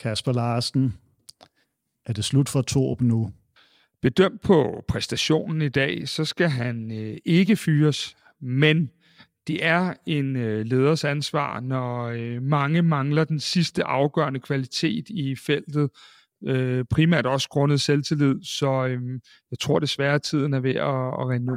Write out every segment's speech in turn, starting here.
Kasper Larsen, er det slut for Thorup nu? Bedømt på præstationen i dag, så skal han ikke fyres, men det er en leders ansvar, når mange mangler den sidste afgørende kvalitet i feltet, primært også grundet selvtillid, så jeg tror desværre, at tiden er ved at rinde ud.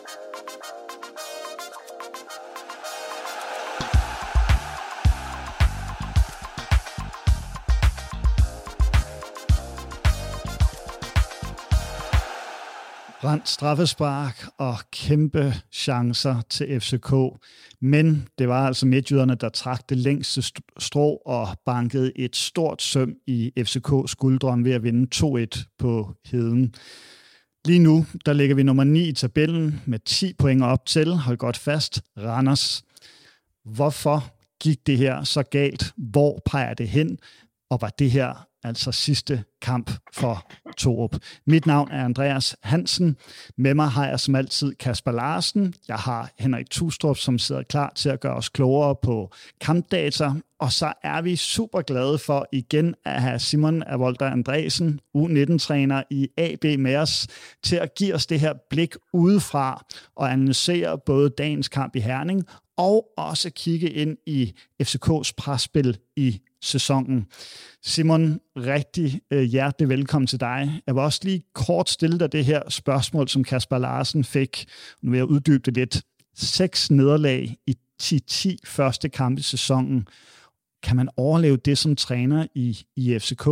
Brændt straffespark og kæmpe chancer til FCK, men det var altså midtjyderne, der trak det længste strå og bankede et stort søm i FCK's skuldrene ved at vinde 2-1 på Heden. Lige nu, der ligger vi nummer 9 i tabellen med 10 point op til, hold godt fast, Randers. Hvorfor gik det her så galt? Hvor peger det hen? Og var det her altså sidste kamp for Thorup? Mit navn er Andreas Hansen. Med mig har jeg som altid Kasper Larsen. Jeg har Henrik Tustrup, som sidder klar til at gøre os klogere på kampdata. Og så er vi super glade for igen at have Simon Avolter Andresen, U19-træner i AB med os, til at give os det her blik udefra og analysere både dagens kamp i Herning og også kigge ind i FCK's presspil i sæsonen. Simon, rigtig hjertelig velkommen til dig. Jeg vil også lige kort stille dig det her spørgsmål, som Kasper Larsen fik. Nu vil jeg uddybe det lidt. 6 nederlag i 10 første kampe i sæsonen. Kan man overleve det som træner i FCK?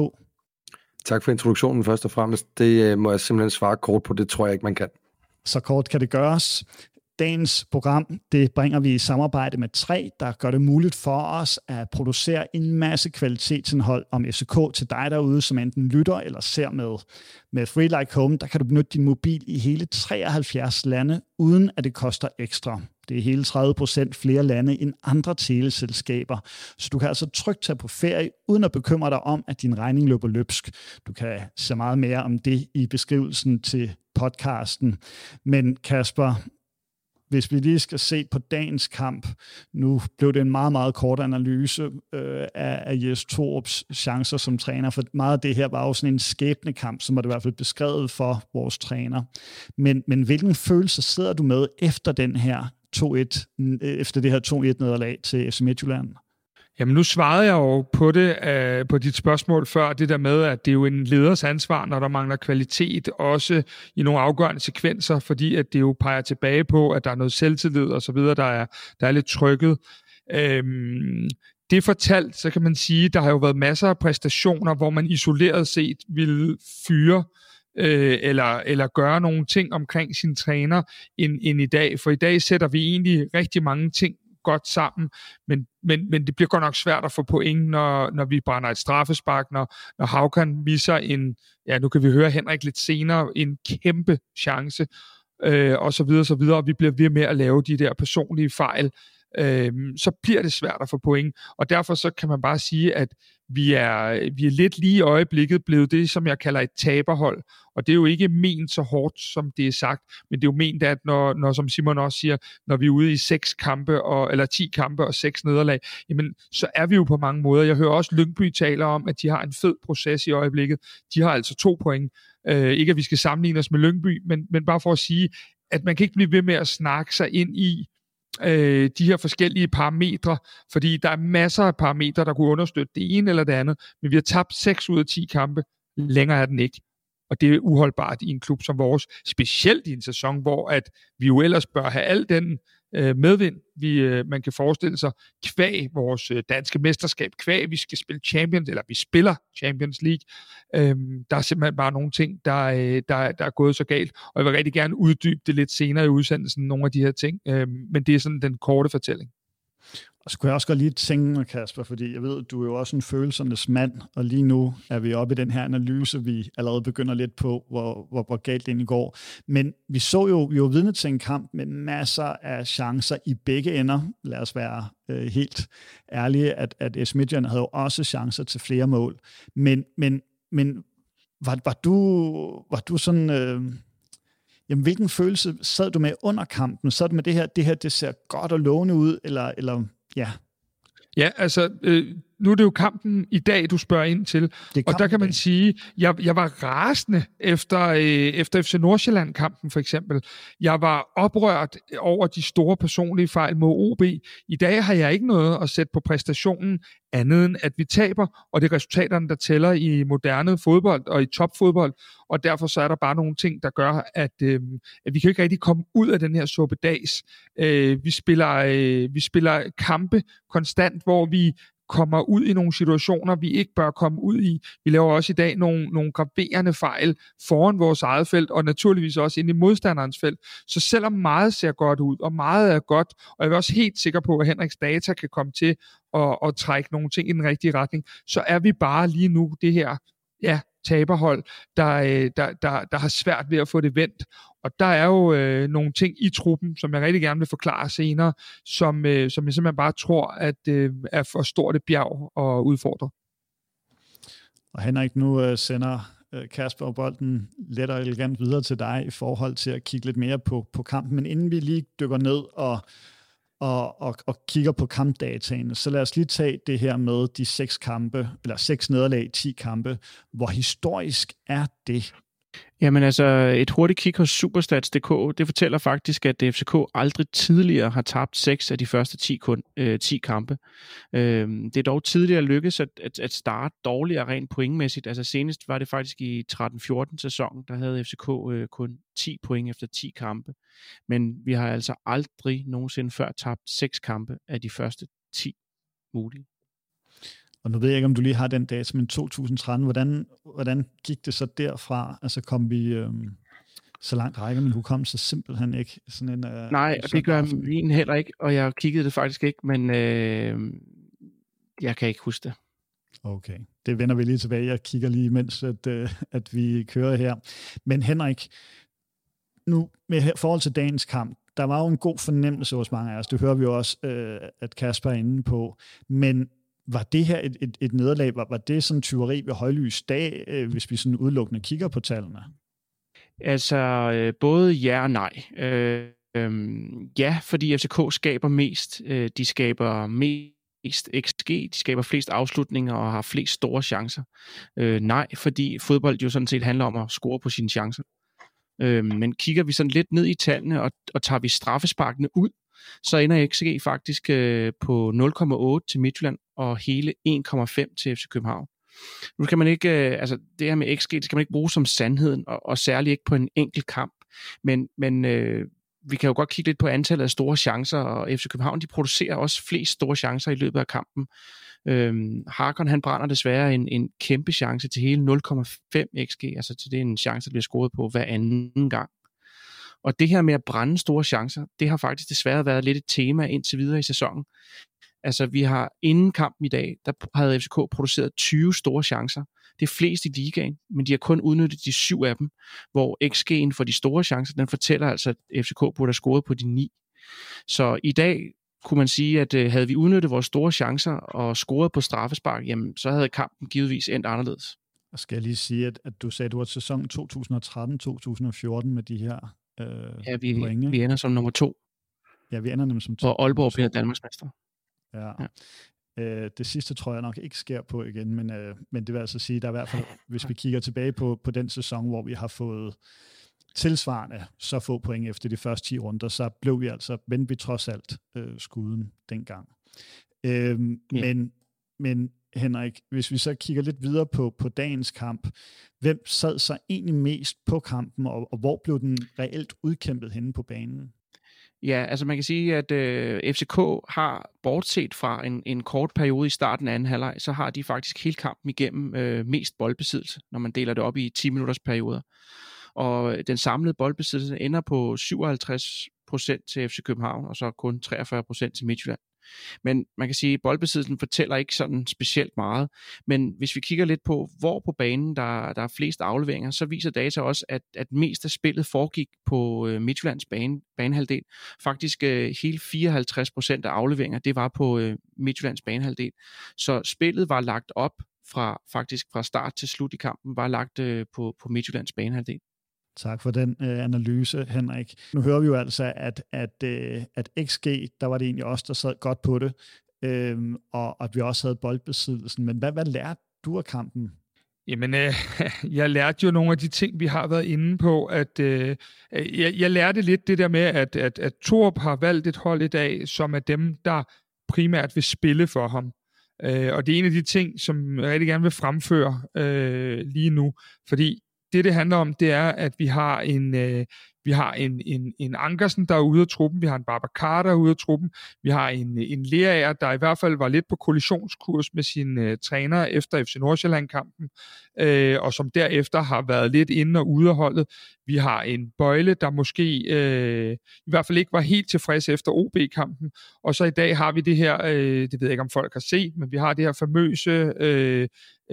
Tak for introduktionen først og fremmest. Det må jeg simpelthen svare kort på. Det tror jeg ikke, man kan. Så kort kan det gøres. Dagens program, det bringer vi i samarbejde med 3, der gør det muligt for os at producere en masse kvalitetsindhold om FCK til dig derude, som enten lytter eller ser med. Med Free Like Home, der kan du benytte din mobil i hele 73 lande, uden at det koster ekstra. Det er hele 30% flere lande end andre teleselskaber. Så du kan altså trygt tage på ferie, uden at bekymre dig om, at din regning løber løbsk. Du kan se meget mere om det i beskrivelsen til podcasten. Men Kasper, hvis vi lige skal se på dagens kamp, nu blev det en meget, meget kort analyse af Jes Thorups chancer som træner, for meget af det her var jo sådan en skæbnekamp, som var det i hvert fald beskrevet for vores træner. Men hvilken følelse sidder du med efter den her 2-1, efter det her 2-1-nederlag til FC Midtjylland? Jamen nu svarede jeg jo på det, på dit spørgsmål før, det der med, at det er jo en leders ansvar, når der mangler kvalitet, også i nogle afgørende sekvenser, fordi at det jo peger tilbage på, at der er noget selvtillid og så videre, der er lidt trykket. Det fortalt, så kan man sige, der har jo været masser af præstationer, hvor man isoleret set ville fyre eller gøre nogle ting omkring sin træner end i dag. For i dag sætter vi egentlig rigtig mange ting godt sammen, men det bliver godt nok svært at få point, når vi brænder et straffespark, når Haukan misser nu kan vi høre Henrik lidt senere, en kæmpe chance, og så videre, og vi bliver ved med at lave de der personlige fejl, så bliver det svært at få point, og derfor så kan man bare sige, at vi er lidt lige i øjeblikket blevet det, som jeg kalder et taberhold, og det er jo ikke ment så hårdt, som det er sagt, men det er jo ment, at når som Simon også siger, når vi er ude i 10 kampe og 6 nederlag, jamen så er vi jo på mange måder. Jeg hører også Lyngby taler om, at de har en fed proces i øjeblikket. De har altså 2 point. Ikke at vi skal sammenligne os med Lyngby, men bare for at sige, at man kan ikke blive ved med at snakke sig ind i de her forskellige parametre, fordi der er masser af parametre, der kunne understøtte det ene eller det andet, men vi har tabt 6 ud af 10 kampe, længere er den ikke, og det er uholdbart i en klub som vores, specielt i en sæson, hvor at vi jo ellers bør have al den medvind, man kan forestille sig, kvæg vores danske mesterskab, kvæg vi skal spille Champions, eller vi spiller Champions League. Der er simpelthen bare nogle ting, der er gået så galt, og jeg vil rigtig gerne uddybe det lidt senere i udsendelsen, nogle af de her ting, men det er sådan den korte fortælling. Og så kunne jeg også godt lige tænke mig, Kasper, fordi jeg ved, at du er jo også en følelsernes mand, og lige nu er vi oppe i den her analyse, vi allerede begynder lidt på, hvor galt det egentlig går. Men vi var vidne til en kamp med masser af chancer i begge ender. Lad os være helt ærlige, at FC Midtjylland havde jo også chancer til flere mål. Men var du sådan... Jamen, hvilken følelse sad du med under kampen? Sad du med det her det ser godt og lovende ud, eller ja? Ja, altså, nu er det jo kampen i dag, du spørger ind til, og der kan man sige, jeg var rasende efter FC Nordsjælland-kampen for eksempel. Jeg var oprørt over de store personlige fejl mod OB. I dag har jeg ikke noget at sætte på præstationen, andet end at vi taber, og det er resultaterne, der tæller i moderne fodbold og i topfodbold, og derfor så er der bare nogle ting, der gør, at vi kan ikke rigtig komme ud af den her suppedags. Vi spiller kampe konstant, hvor vi kommer ud i nogle situationer, vi ikke bør komme ud i. Vi laver også i dag nogle graverende fejl foran vores eget felt, og naturligvis også inde i modstanderens felt. Så selvom meget ser godt ud, og meget er godt, og jeg er også helt sikker på, at Henriks data kan komme til at trække nogle ting i den rigtige retning, så er vi bare lige nu det her taberhold, der har svært ved at få det vendt. Og der er jo nogle ting i truppen, som jeg rigtig gerne vil forklare senere, som jeg simpelthen bare tror, at er for stort et bjerg at udfordre. Og Henrik, nu sender Kasper bolden let og elegant videre til dig i forhold til at kigge lidt mere på kampen. Men inden vi lige dykker ned og kigger på kampdataene, så lad os lige tage det her med de 6 kampe, eller 6 nederlag, 10 kampe. Hvor historisk er det? Jamen altså, et hurtigt kig hos Superstats.dk, det fortæller faktisk, at FCK aldrig tidligere har tabt 6 af de første 10 kampe. Det er dog tidligere lykkedes at starte dårligere rent pointmæssigt. Altså senest var det faktisk i 13-14 sæsonen, der havde FCK kun 10 point efter 10 kampe. Men vi har altså aldrig nogensinde før tabt 6 kampe af de første 10 mulige. Og nu ved jeg ikke, om du lige har den data, men 2013, hvordan gik det så derfra? Altså kom vi så langt rækker min hukommelse simpelthen ikke? Sådan en, nej, og det gør min heller ikke, og jeg kiggede det faktisk ikke, men jeg kan ikke huske det. Okay, det vender vi lige tilbage. Jeg kigger lige, mens at vi kører her. Men Henrik, nu med forhold til dagens kamp, der var jo en god fornemmelse hos mange af os. Det hører vi jo også, at Kasper er inde på. Men var det her et nederlag? Var det sådan tyveri ved højlys dag, hvis vi sådan udelukkende kigger på tallene? Altså, både ja og nej. Ja, fordi FCK skaber mest. De skaber mest XG, de skaber flest afslutninger og har flest store chancer. Nej, fordi fodbold jo sådan set handler om at score på sine chancer. Men kigger vi sådan lidt ned i tallene, og tager vi straffesparkene ud, så ender XG faktisk på 0,8 til Midtjylland og hele 1,5 til FC København. Nu skal man ikke, altså det her med XG, det skal man ikke bruge som sandheden, og særligt ikke på en enkelt kamp. Men vi kan jo godt kigge lidt på antallet af store chancer, og FC København, de producerer også flest store chancer i løbet af kampen. Harkon, han brænder desværre en kæmpe chance til hele 0,5 XG, altså til det er en chance, der bliver scoret på hver anden gang. Og det her med at brænde store chancer, det har faktisk desværre været lidt et tema indtil videre i sæsonen. Altså vi har inden kampen i dag, der havde FCK produceret 20 store chancer. Det er flest i ligaen, men de har kun udnyttet de 7 af dem, hvor XG'en for de store chancer, den fortæller altså, at FCK burde have scoret på de 9. Så i dag kunne man sige, at havde vi udnyttet vores store chancer og scoret på straffespark, jamen så havde kampen givetvis endt anderledes. Og skal jeg lige sige, at du sagde, at du var sæson 2013-2014 med de her ja, vi ender som nummer 2. Ja, vi ender nemlig som 2. Og Aalborg bliver Danmarksmester. Ja. Det sidste tror jeg nok ikke sker på igen, men det vil altså sige, at der i hvert fald, hvis vi kigger tilbage på den sæson, hvor vi har fået tilsvarende så få point efter de første 10 runder, så blev vi altså, vendte vi trods alt skuden dengang. Men Henrik, hvis vi så kigger lidt videre på dagens kamp, hvem sad så egentlig mest på kampen, og hvor blev den reelt udkæmpet henne på banen? Ja, altså man kan sige, at FCK har, bortset fra en kort periode i starten af anden halvleg, så har de faktisk hele kampen igennem mest boldbesiddelse, når man deler det op i 10 minutters perioder. Og den samlede boldbesiddelse ender på 57% til FC København, og så kun 43% til Midtjylland. Men man kan sige, at boldbesiddelsen fortæller ikke sådan specielt meget. Men hvis vi kigger lidt på, hvor på banen der er flest afleveringer, så viser data også, at mest af spillet foregik på Midtjyllands banehalvdel. Faktisk hele 54% af afleveringer, det var på Midtjyllands banehalvdel. Så spillet var lagt op fra start til slut i kampen, var lagt på Midtjyllands banehalvdel. Tak for den analyse, Henrik. Nu hører vi jo altså, at XG, der var det egentlig også, der sad godt på det. og at vi også havde boldbesiddelsen. Men hvad lærte du af kampen? Jamen, jeg lærte jo nogle af de ting, vi har været inde på, at jeg lærte lidt det der med, at Thorup har valgt et hold i dag, som er dem, der primært vil spille for ham. Og det er en af de ting, som jeg rigtig gerne vil fremføre lige nu, fordi det handler om, det er, at vi har en Ankersen, der er ude af truppen, vi har en Babacar, der er ude af truppen, vi har en Lerager, der i hvert fald var lidt på kollisionskurs med sin træner efter FC Nordsjælland-kampen, og som derefter har været lidt inde og ude af holdet. Vi har en Bøjle, der måske i hvert fald ikke var helt tilfreds efter OB-kampen, og så i dag har vi det her, det ved jeg ikke om folk har set, men vi har det her famøse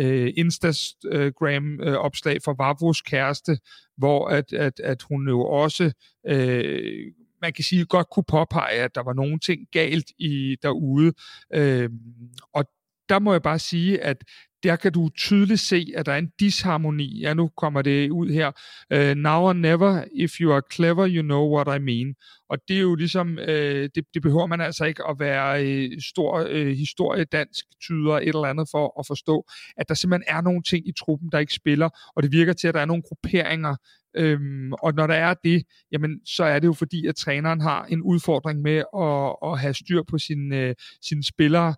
Instagram-opslag for Vavros kæreste, hvor at hun jo også, man kan sige, godt kunne påpege, at der var nogle ting galt derude. Og der må jeg bare sige, at der kan du tydeligt se, at der er en disharmoni. Ja, nu kommer det ud her. Now or never, if you are clever, you know what I mean. Og det er jo ligesom, det behøver man altså ikke at være stor historiedansk tyder et eller andet for at forstå, at der simpelthen er nogle ting i truppen, der ikke spiller, og det virker til, at der er nogle grupperinger, og når der er det, jamen, så er det jo fordi, at træneren har en udfordring med at have styr på sine spillere,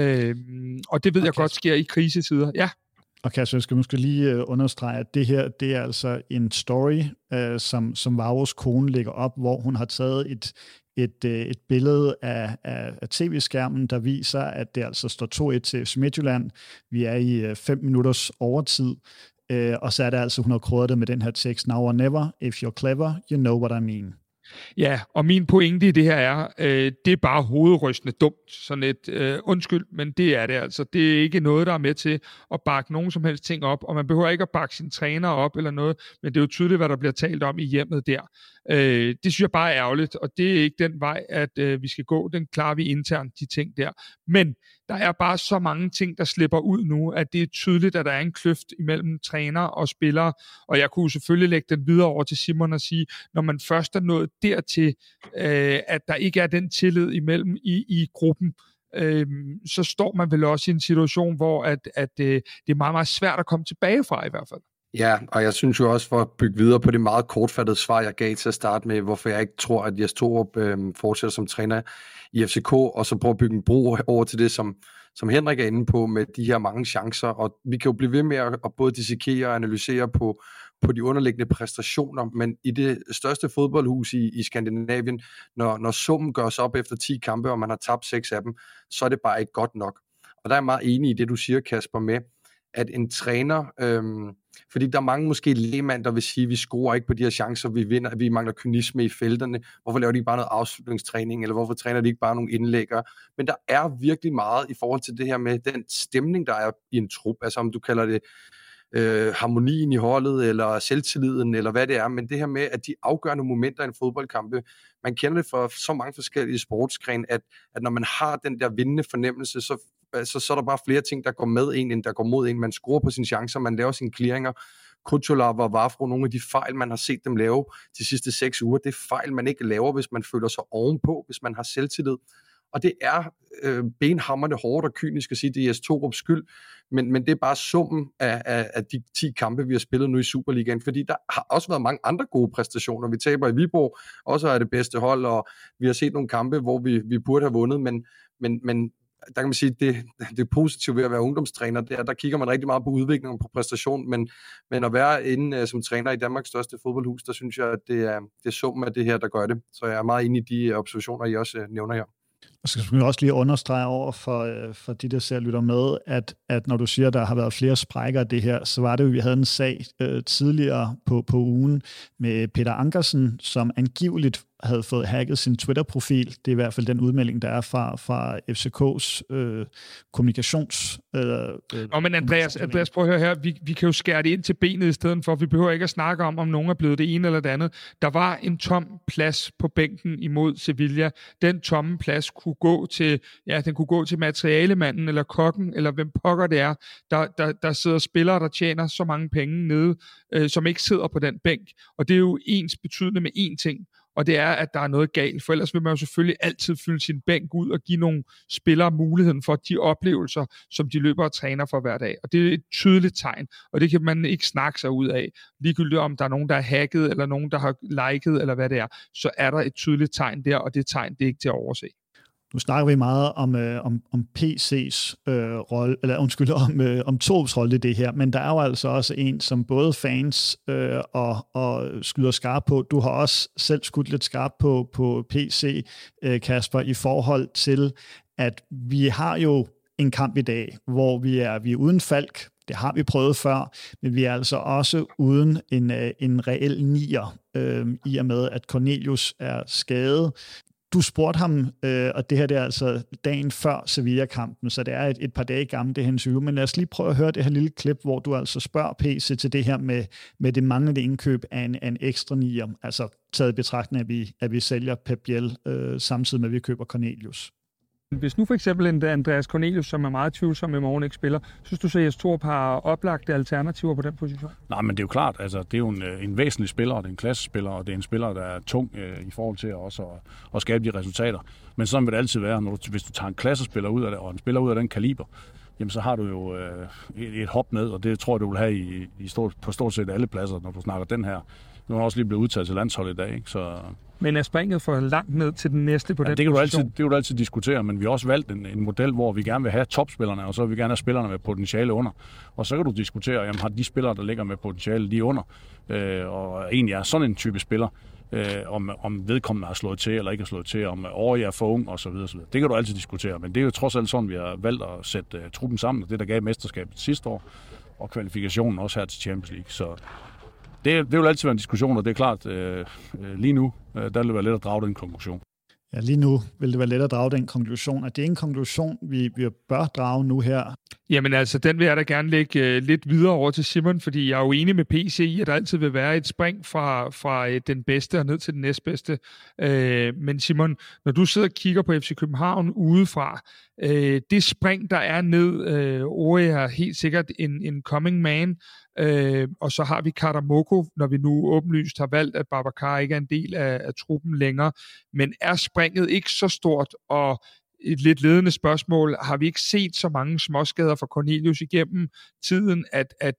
og det ved jeg godt sker i krisetider. Ja. Okay, så jeg skal måske lige understrege, at det her, det er altså en story, som Vavros kone lægger op, hvor hun har taget et billede af tv-skærmen, der viser, at det altså står 2-1 til FC Midtjylland. Vi er i 5 minutters overtid, og så er det altså, hun har krydret det med den her tekst, now or never, if you're clever, you know what I mean. Ja, og min pointe i det her er, det er bare hovedrystende dumt, sådan et undskyld, men det er det altså. Det er ikke noget, der er med til at bakke nogen som helst ting op, og man behøver ikke at bakke sin træner op eller noget, men det er jo tydeligt, hvad der bliver talt om i hjemmet der. Det synes jeg bare er ærgerligt, og det er ikke den vej, at vi skal gå. Den klarer vi internt, de ting der. Men der er bare så mange ting, der slipper ud nu, at det er tydeligt, at der er en kløft imellem træner og spillere, og jeg kunne selvfølgelig lægge den videre over til Simon og sige, når man først er nået dertil, at der ikke er den tillid imellem i gruppen, så står man vel også i en situation, hvor at det er meget, meget svært at komme tilbage fra i hvert fald. Ja, og jeg synes jo også, for at bygge videre på det meget kortfattede svar, jeg gav til at starte med, hvorfor jeg ikke tror, at Jes Torup fortsætter som træner i FCK, og så prøve at bygge en bro over til det, som Henrik er inde på, med de her mange chancer. Og vi kan jo blive ved med at både dissekere og analysere på de underliggende præstationer, men i det største fodboldhus i Skandinavien, når summen gøres op efter 10 kampe, og man har tabt 6 af dem, så er det bare ikke godt nok. Og der er jeg meget enig i det, du siger, Kasper, med, at en træner, fordi der er mange måske lægmænd, der vil sige, at vi scorer ikke på de her chancer, vi vinder, at vi mangler kynisme i felterne, hvorfor laver de ikke bare noget afslutningstræning, eller hvorfor træner de ikke bare nogle indlægger, men der er virkelig meget i forhold til det her med den stemning, der er i en trup, altså om du kalder det harmonien i holdet, eller selvtilliden, eller hvad det er, men det her med, at de afgørende momenter i en fodboldkampe, man kender det fra så mange forskellige sportsgrene, at når man har den der vindende fornemmelse, så er der bare flere ting, der går med en, end der går mod en. Man scorer på sine chancer, man laver sine clearinger. Kutsulav og Vavro, nogle af de fejl, man har set dem lave de sidste 6 uger, det er fejl, man ikke laver, hvis man føler sig ovenpå, hvis man har selvtillid. Og det er benhamrende hårdt og kynisk at sige, at det er Jes Torups skyld, men det er bare summen af de 10 kampe, vi har spillet nu i Superligaen, fordi der har også været mange andre gode præstationer. Vi taber i Viborg, også er det bedste hold, og vi har set nogle kampe, hvor vi burde have vundet, men der kan man sige, det er positivt ved at være ungdomstræner, der kigger man rigtig meget på udviklingen på præstation, men at være inde som træner i Danmarks største fodboldhus, der synes jeg, at det er summen af det her, der gør det. Så jeg er meget enig i de observationer, I også nævner her. Og så skal vi også lige understrege over for de, der ser lytter med, at når du siger, at der har været flere sprækker af det her, så var det jo, vi havde en sag tidligere på ugen med Peter Ankersen, som angiveligt havde fået hacket sin Twitter-profil. Det er i hvert fald den udmelding, der er fra FCK's kommunikations... men Andreas, prøv at høre her. Vi kan jo skære det ind til benet i stedet for. Vi behøver ikke at snakke om nogen er blevet det ene eller det andet. Der var en tom plads på bænken imod Sevilla. Den tomme plads kunne gå til materialemanden eller kokken, eller hvem pokker det er. Der sidder spillere, der tjener så mange penge nede, som ikke sidder på den bænk. Og det er jo ens betydende med én ting. og det er, at der er noget galt, for ellers vil man jo selvfølgelig altid fylde sin bænk ud og give nogle spillere muligheden for de oplevelser, som de løber og træner for hver dag. Og det er et tydeligt tegn, og det kan man ikke snakke sig ud af. Ligegyldigt om der er nogen, der er hacket, eller nogen, der har liket, eller hvad det er, så er der et tydeligt tegn der, og det tegn, det er ikke til at overse. Nu snakker vi meget om PC's rolle, eller om Torps rolle i det her, men der er jo altså også en, som både fans og skyder skarp på. Du har også selv skudt lidt skarp på PC, Kasper, i forhold til, at vi har jo en kamp i dag, hvor vi er uden Falk. Det har vi prøvet før, men vi er altså også uden en reel nier, i og med, at Cornelius er skadet. Du spurgte ham, og det her det er altså dagen før Sevilla-kampen, så det er et par dage gammelt, det her interview, men lad os lige prøve at høre det her lille klip, hvor du altså spørger PC til det her med det manglende indkøb af en ekstra nier, altså taget i betragtning, at vi sælger Pep Biel, samtidig med, at vi køber Cornelius. Hvis nu for eksempel en Andreas Cornelius, som er meget tvivlsom i morgen, ikke spiller, synes du så, at Jes Torup har oplagte alternativer på den position? Nej, men det er jo klart, altså det er jo en væsentlig spiller, og det er en klassespiller, og det er en spiller, der er tung i forhold til også at skabe de resultater. Men sådan vil det altid være, hvis du tager en klassespiller ud af det, og en spiller ud af den kaliber, jamen så har du jo et hop ned, og det tror jeg, du vil have på stort set alle pladser, når du snakker den her. Nu har også lige blevet udtaget til landsholdet i dag, ikke? Så... Men er springet for langt ned til den næste på den position? Det kan du altid diskutere, men vi har også valgt en model, hvor vi gerne vil have topspillerne, og så vil vi gerne have spillerne med potentiale under. Og så kan du diskutere, jamen har de spillere, der ligger med potentiale lige under, og egentlig er sådan en type spiller, om vedkommende har slået til eller ikke har slået til, om året er for ung og så videre. Det kan du altid diskutere, men det er jo trods alt sådan, vi har valgt at sætte truppen sammen, og det der gav mesterskabet sidste år, og kvalifikationen også her til Champions League. Så det vil altid være en diskussion, og det er klart, lige nu, der vil det være let at drage den konklusion. Ja, lige nu vil det være let at drage den konklusion, og det er en konklusion, vi bør drage nu her. Jamen altså, den vil jeg da gerne lægge lidt videre over til Simon, fordi jeg er jo enig med PC i, at der altid vil være et spring fra den bedste og ned til den næstbedste. Men Simon, når du sidder og kigger på FC København udefra, det spring, der er ned, Ore er helt sikkert en coming man, og så har vi Karamoko, når vi nu åbenlyst har valgt, at Babacar ikke er en del af truppen længere. Men er springet ikke så stort, og et lidt ledende spørgsmål, har vi ikke set så mange småskader fra Cornelius igennem tiden, at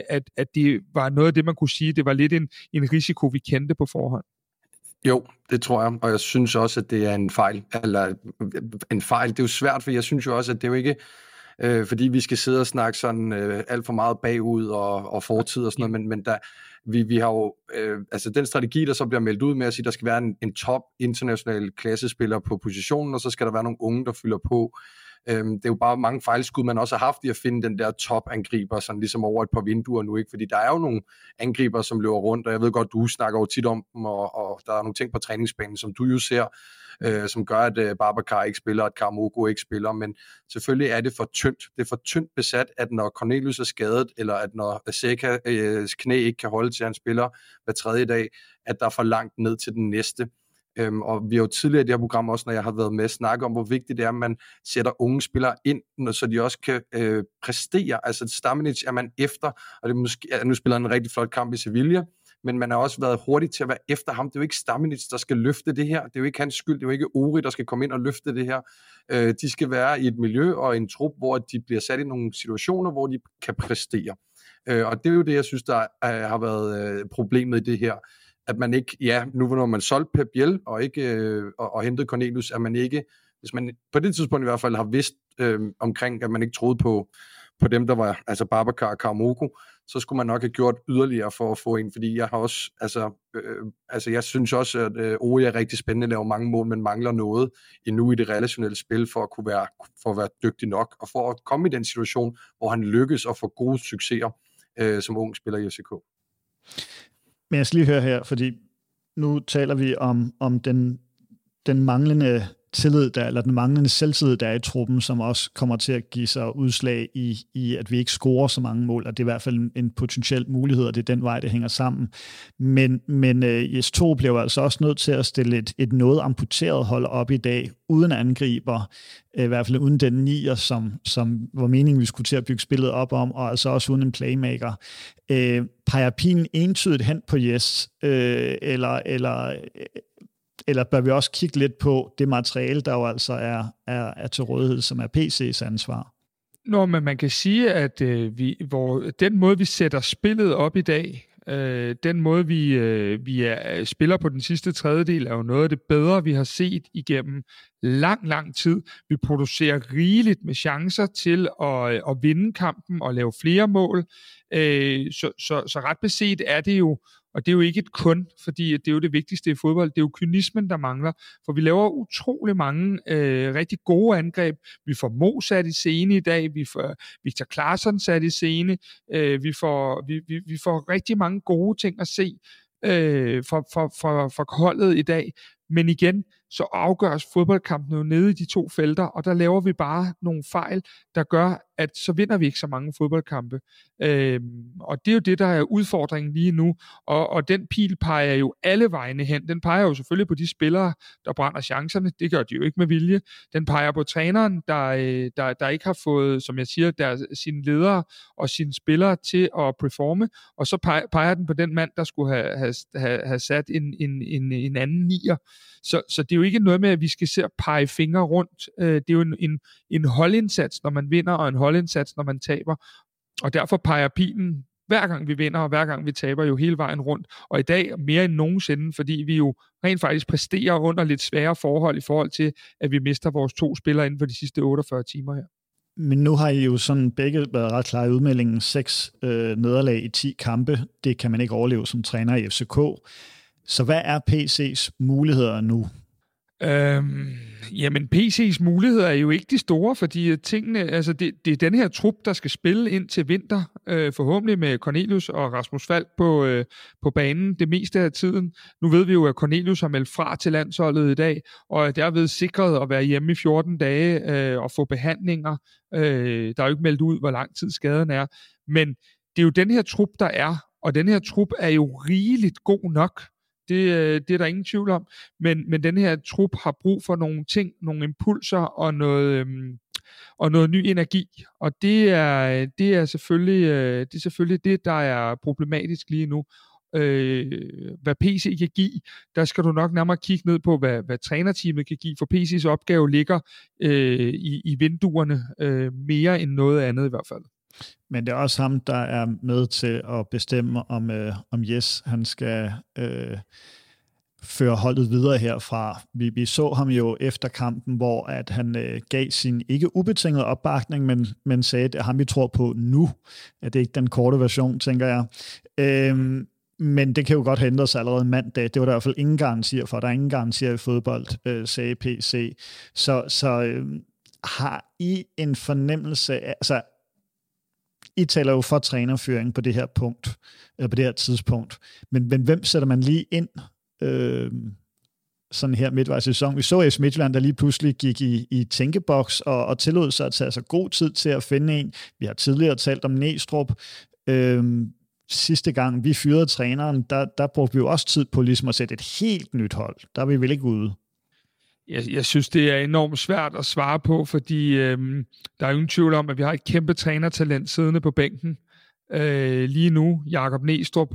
det var noget af det, man kunne sige, det var lidt en risiko, vi kendte på forhånd? Jo, det tror jeg, og jeg synes også, at det er en fejl. Eller en fejl, det er jo svært, for jeg synes jo også, at det er jo ikke, fordi vi skal sidde og snakke sådan alt for meget bagud og fortid og sådan noget, men der, vi har jo, altså den strategi, der så bliver meldt ud med at sige, at der skal være en top international klassespiller på positionen, og så skal der være nogle unge, der fylder på. Det er jo bare mange fejlskud, man også har haft i at finde den der top-angriber, sådan ligesom over et par vinduer nu, ikke? Fordi der er jo nogle angriber, som løber rundt, og jeg ved godt, du snakker jo tit om dem, og der er nogle ting på træningsbanen, som du jo ser, som gør, at Babacar ikke spiller, at Karamoko ikke spiller, men selvfølgelig er det for tyndt. Det er for tyndt besat, at når Cornelius er skadet, eller at når Sekas knæ ikke kan holde til, at han spiller hver tredje dag, at der er for langt ned til den næste. Og vi har jo tidligere i det her program også, når jeg har været med, snakket om, hvor vigtigt det er, at man sætter unge spillere ind, så de også kan præstere. Altså Stamenic er man efter, og det er måske, nu spiller han en rigtig flot kamp i Sevilla, men man har også været hurtig til at være efter ham. Det er jo ikke Stamenic, der skal løfte det her. Det er jo ikke hans skyld. Det er jo ikke Ori, der skal komme ind og løfte det her. De skal være i et miljø og en trup, hvor de bliver sat i nogle situationer, hvor de kan præstere. Og det er jo det, jeg synes, der har været problemet i det her. At man ikke, ja, nu når man solgte Pep Biel og ikke og hentede Cornelius, at man ikke, hvis man på det tidspunkt i hvert fald har vidst omkring, at man ikke troede på dem, der var, altså Babacar og Karamoko, så skulle man nok have gjort yderligere for at få en, fordi jeg har også, altså jeg synes også, at Ori er rigtig spændende, laver mange mål, men mangler noget endnu i det relationelle spil for at være dygtig nok, og for at komme i den situation, hvor han lykkes og få gode succeser som ung spiller i FCK. Men jeg skal lige høre her, fordi nu taler vi om den manglende tillid, eller den manglende selvtillid, der er i truppen, som også kommer til at give sig udslag i, at vi ikke scorer så mange mål, og det er i hvert fald en potentiel mulighed, og det er den vej, det hænger sammen. Men Jes Torup bliver altså også nødt til at stille et noget amputeret hold op i dag, uden angriber, i hvert fald uden den nier, som var meningen, vi skulle til at bygge spillet op om, og altså også uden en playmaker. Peger pilen entydigt hen på Jes, eller Eller bør vi også kigge lidt på det materiale, der jo altså er til rådighed, som er PC's ansvar? Nå, men man kan sige, at den måde, vi sætter spillet op i dag, den måde, vi spiller på den sidste tredjedel, er jo noget af det bedre, vi har set igennem lang tid. Vi producerer rigeligt med chancer til at vinde kampen og lave flere mål. Så ret beset er det jo, og det er jo ikke et kun, fordi det er jo det vigtigste i fodbold, det er jo kynismen, der mangler, for vi laver utrolig mange rigtig gode angreb. Vi får Mo sat i scene i dag, vi får Victor Claesson sat i scene, vi får rigtig mange gode ting at se for holdet i dag, men igen, så afgøres fodboldkampen jo nede i de to felter, og der laver vi bare nogle fejl, der gør, at så vinder vi ikke så mange fodboldkampe. Og det er jo det, der er udfordringen lige nu, og den pil peger jo alle vegne hen. Den peger jo selvfølgelig på de spillere, der brænder chancerne. Det gør de jo ikke med vilje. Den peger på træneren, der ikke har fået, som jeg siger, sine ledere og sine spillere til at performe, og så peger den på den mand, der skulle have sat en anden nier. Så det er jo ikke noget med, at vi skal se at pege fingre rundt. Det er jo en holdindsats, når man vinder, og en holdindsats, når man taber. Og derfor peger pilen, hver gang vi vinder, og hver gang vi taber, jo hele vejen rundt. Og i dag mere end nogensinde, fordi vi jo rent faktisk præsterer under lidt svære forhold i forhold til, at vi mister vores 2 spillere inden for de sidste 48 timer her. Men nu har I jo sådan begge været ret klare i udmeldingen. 6 nederlag i 10 kampe. Det kan man ikke overleve som træner i FCK. Så hvad er PC's muligheder nu? Jamen PC's muligheder er jo ikke de store, fordi tingene, altså det er den her trup, der skal spille ind til vinter, forhåbentlig med Cornelius og Rasmus Falk på banen det meste af tiden. Nu ved vi jo, at Cornelius har meldt fra til landsholdet i dag, og er derved sikret at være hjemme i 14 dage og få behandlinger. Der er jo ikke meldt ud, hvor lang tid skaden er, men det er jo den her trup, der er, og den her trup er jo rigeligt god nok. Det er der ingen tvivl om, men den her trup har brug for nogle ting, nogle impulser og noget ny energi, og det er selvfølgelig det, der er problematisk lige nu. Hvad PC kan give, der skal du nok nærmere kigge ned på, hvad trænerteamet kan give, for PC's opgave ligger i vinduerne mere end noget andet i hvert fald. Men det er også ham, der er med til at bestemme, om Jes han skal føre holdet videre herfra. Vi så ham jo efter kampen, hvor at han gav sin ikke ubetingede opbakning, men sagde, at det er ham, vi tror på nu. At det ikke den korte version, tænker jeg. Men det kan jo godt have ændret sig allerede mandag. Det var der i hvert fald ingen garantier for. Der er ingen garantier i fodbold, sagde PC. Så har I en fornemmelse af... Altså, I taler jo for trænerføring på det her punkt, på det her tidspunkt. Men hvem sætter man lige ind sådan her midtvejs i sæsonen? Vi så AS Midtjylland, der lige pludselig gik i tænkeboks og tillod sig at tage sig god tid til at finde en. Vi har tidligere talt om Næstrup. Sidste gang vi fyrede træneren, der brugte vi jo også tid på ligesom at sætte et helt nyt hold. Der er vi vel ikke ude. Jeg synes, det er enormt svært at svare på, fordi der er jo ingen tvivl om, at vi har et kæmpe trænertalent siddende på bænken lige nu, Jakob Næstrup,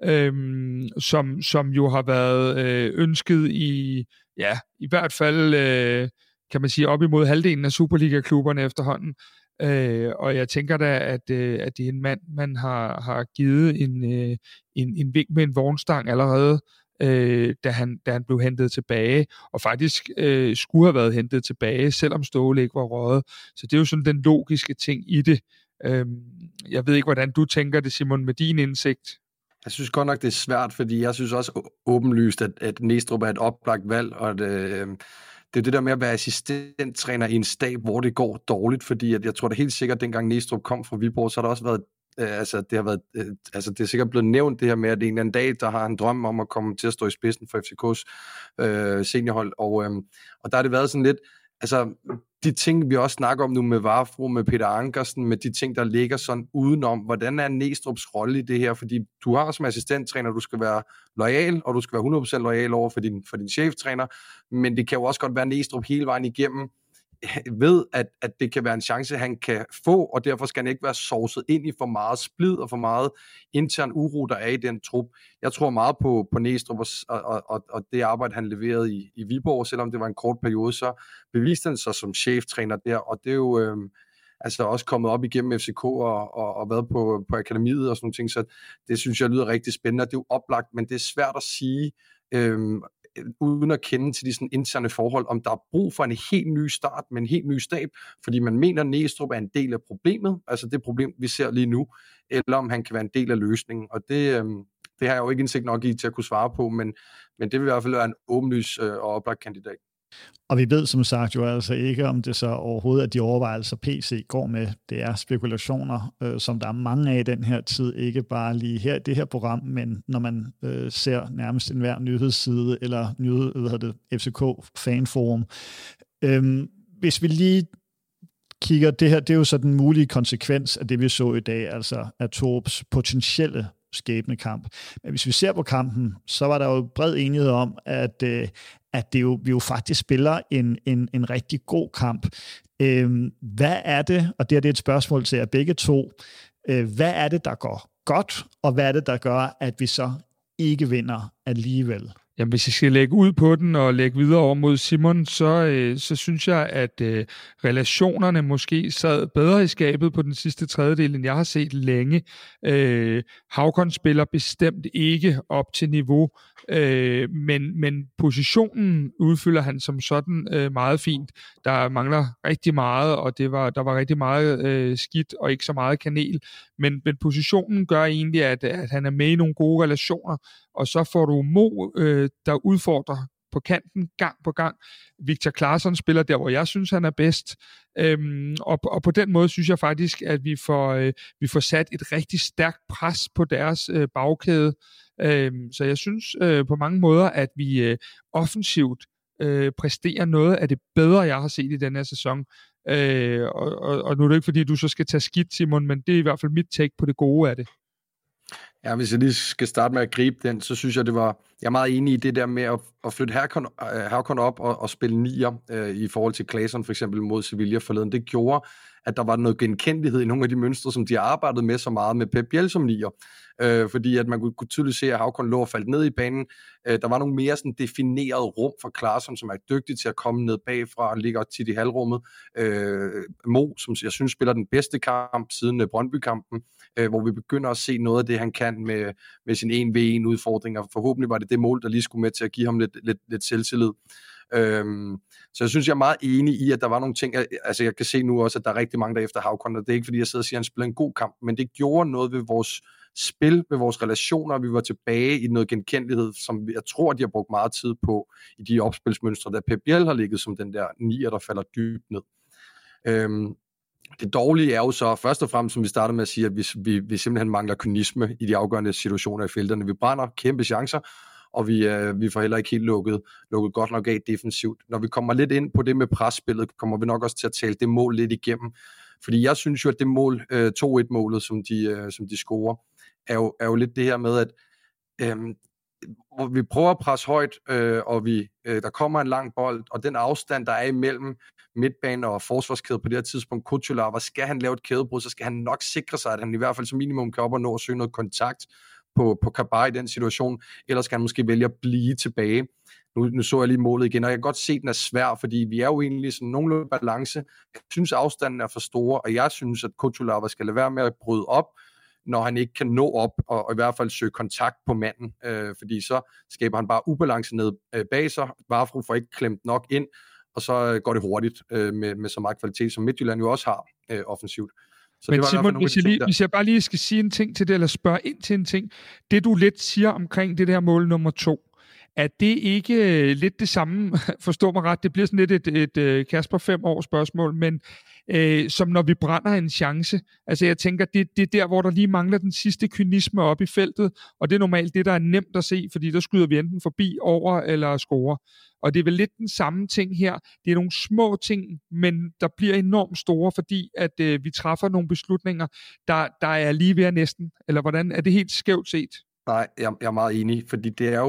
som jo har været ønsket i hvert fald, kan man sige, op imod halvdelen af Superliga-klubberne efterhånden. Og jeg tænker da, at det er en mand, man har givet en vink med en vognstang allerede, da han blev hentet tilbage, og faktisk skulle have været hentet tilbage, selvom Ståle ikke var røget. Så det er jo sådan den logiske ting i det. Jeg ved ikke, hvordan du tænker det, Simon, med din indsigt. Jeg synes godt nok, det er svært, fordi jeg synes også åbenlyst, at Næstrup er et oplagt valg, og det er det der med at være assistenttræner i en stab, hvor det går dårligt, fordi jeg tror da helt sikkert, dengang Næstrup kom fra Viborg, så har der også været det er sikkert blevet nævnt det her med, at en eller anden dag, der har en drøm om at komme til at stå i spidsen for FCK's seniorhold, og der har det været sådan lidt, altså de ting, vi også snakker om nu med Vafro, med Peter Ankersen, med de ting, der ligger sådan udenom, hvordan er Næstrups rolle i det her, fordi du har som assistenttræner, du skal være loyal, og du skal være 100% loyal over for din cheftræner, men det kan jo også godt være Næstrup hele vejen igennem, ved, at det kan være en chance, han kan få, og derfor skal han ikke være sovset ind i for meget splid og for meget intern uro, der er i den trup. Jeg tror meget på Næstrup og det arbejde, han leverede i Viborg, selvom det var en kort periode, så beviste han sig som cheftræner der, og det er jo altså også kommet op igennem FCK og været på akademiet og sådan nogle ting, så det synes jeg lyder rigtig spændende, og det er jo oplagt, men det er svært at sige, uden at kende til de sådan interne forhold, om der er brug for en helt ny start med en helt ny stab, fordi man mener, at Næstrup er en del af problemet, altså det problem, vi ser lige nu, eller om han kan være en del af løsningen, og det har jeg jo ikke indsigt nok i til at kunne svare på, men det vil i hvert fald være en åbenlys og oplagt kandidat. Og vi ved som sagt jo altså ikke, om det så overhovedet er de overvejelser, PC går med. Det er spekulationer, som der er mange af i den her tid, ikke bare lige her i det her program, men når man ser nærmest enhver nyhedsside eller FCK fanforum. Hvis vi lige kigger, det her, det er jo så den mulige konsekvens af det, vi så i dag, altså af Thorups potentielle skæbnekamp. Men hvis vi ser på kampen, så var der jo bred enighed om, at vi jo faktisk spiller en rigtig god kamp. Hvad er det, og det er et spørgsmål til jer begge to, hvad er det, der går godt, og hvad er det, der gør, at vi så ikke vinder alligevel? Jamen, hvis jeg skal lægge ud på den og lægge videre over mod Simon, så synes jeg, at relationerne måske sad bedre i skabet på den sidste tredjedel, end jeg har set længe. Hákon spiller bestemt ikke op til niveau, men positionen udfylder han som sådan meget fint. Der mangler rigtig meget, og der var rigtig meget skidt og ikke så meget kanel. Men positionen gør egentlig, at han er med i nogle gode relationer, og så får du Mo, der udfordrer på kanten gang på gang. Victor Claesson spiller der, hvor jeg synes, han er bedst. Og på den måde synes jeg faktisk, at vi får sat et rigtig stærkt pres på deres bagkæde. Så jeg synes på mange måder, at vi offensivt præsterer noget af det bedre, jeg har set i den her sæson. Og nu er det ikke, fordi du så skal tage skidt, Simon, men det er i hvert fald mit take på det gode af det. Ja, hvis jeg lige skal starte med at gribe den, så synes jeg, jeg er meget enig i det der med at flytte Hákon op og spille nier i forhold til Claesson for eksempel mod Sevilla forleden. Det gjorde, at der var noget genkendelighed i nogle af de mønstre, som de har arbejdet med så meget med Pep Biel som nier. Fordi at man kunne tydeligt se, at Hákon lå og faldt ned i banen. Der var nogle mere sådan definerede rum for Claesson, som er dygtig til at komme ned bagfra og ligger tit i halvrummet. Mo, som jeg synes spiller den bedste kamp siden Brøndby-kampen, hvor vi begynder at se noget af det, han kan med sin 1v1-udfordringer. Forhåbentlig var det mål, der lige skulle med til at give ham lidt selvtillid. Så jeg synes, jeg er meget enig i, at der var nogle ting, altså jeg kan se nu også, at der er rigtig mange der efter Hákon, og det er ikke fordi, jeg sidder og siger, at han spiller en god kamp, men det gjorde noget ved vores spil, ved vores relationer, vi var tilbage i noget genkendelighed, som jeg tror, de har brugt meget tid på i de opspilsmønstre, der Pep Biel har ligget som den der nier, der falder dybt ned. Det dårlige er jo så først og fremmest, som vi startede med at sige, at vi simpelthen mangler kynisme i de afgørende situationer i felterne. Vi brænder kæmpe chancer, og vi får heller ikke helt lukket godt nok af defensivt. Når vi kommer lidt ind på det med presspillet, kommer vi nok også til at tale det mål lidt igennem. Fordi jeg synes jo, at det mål, 2-1-målet, som de scorer, er jo lidt det her med, at hvor vi prøver at presse højt, og der kommer en lang bold, og den afstand, der er imellem midtbane og forsvarskæde på det her tidspunkt, Kutular, skal han lave et kædebrud, så skal han nok sikre sig, at han i hvert fald som minimum kan op og nå at søge noget kontakt på Kabar i den situation, ellers skal han måske vælge at blive tilbage. Nu så jeg lige målet igen, og jeg kan godt se, at den er svær, fordi vi er jo egentlig sådan nogenlunde balance. Jeg synes, afstanden er for stor, og jeg synes, at Kutular skal lade være med at bryde op, når han ikke kan nå op og i hvert fald søge kontakt på manden, fordi så skaber han bare ubalance ned bag sig. Vafro får ikke klemt nok ind, og så går det hurtigt med så meget kvalitet, som Midtjylland jo også har offensivt. Så men Simon, hvis jeg bare lige skal sige en ting til det, eller spørge ind til en ting. Det du lidt siger omkring det der mål nummer 2, er det ikke lidt det samme, forstå mig ret, det bliver sådan lidt et Kasper 5 år spørgsmål, men som når vi brænder en chance. Altså jeg tænker, det er der, hvor der lige mangler den sidste kynisme op i feltet, og det er normalt det, der er nemt at se, fordi der skyder vi enten forbi, over eller scorer. Og det er vel lidt den samme ting her. Det er nogle små ting, men der bliver enormt store, fordi at vi træffer nogle beslutninger, der er lige ved næsten. Eller hvordan er det helt skævt set? Nej, jeg er meget enig, fordi det er jo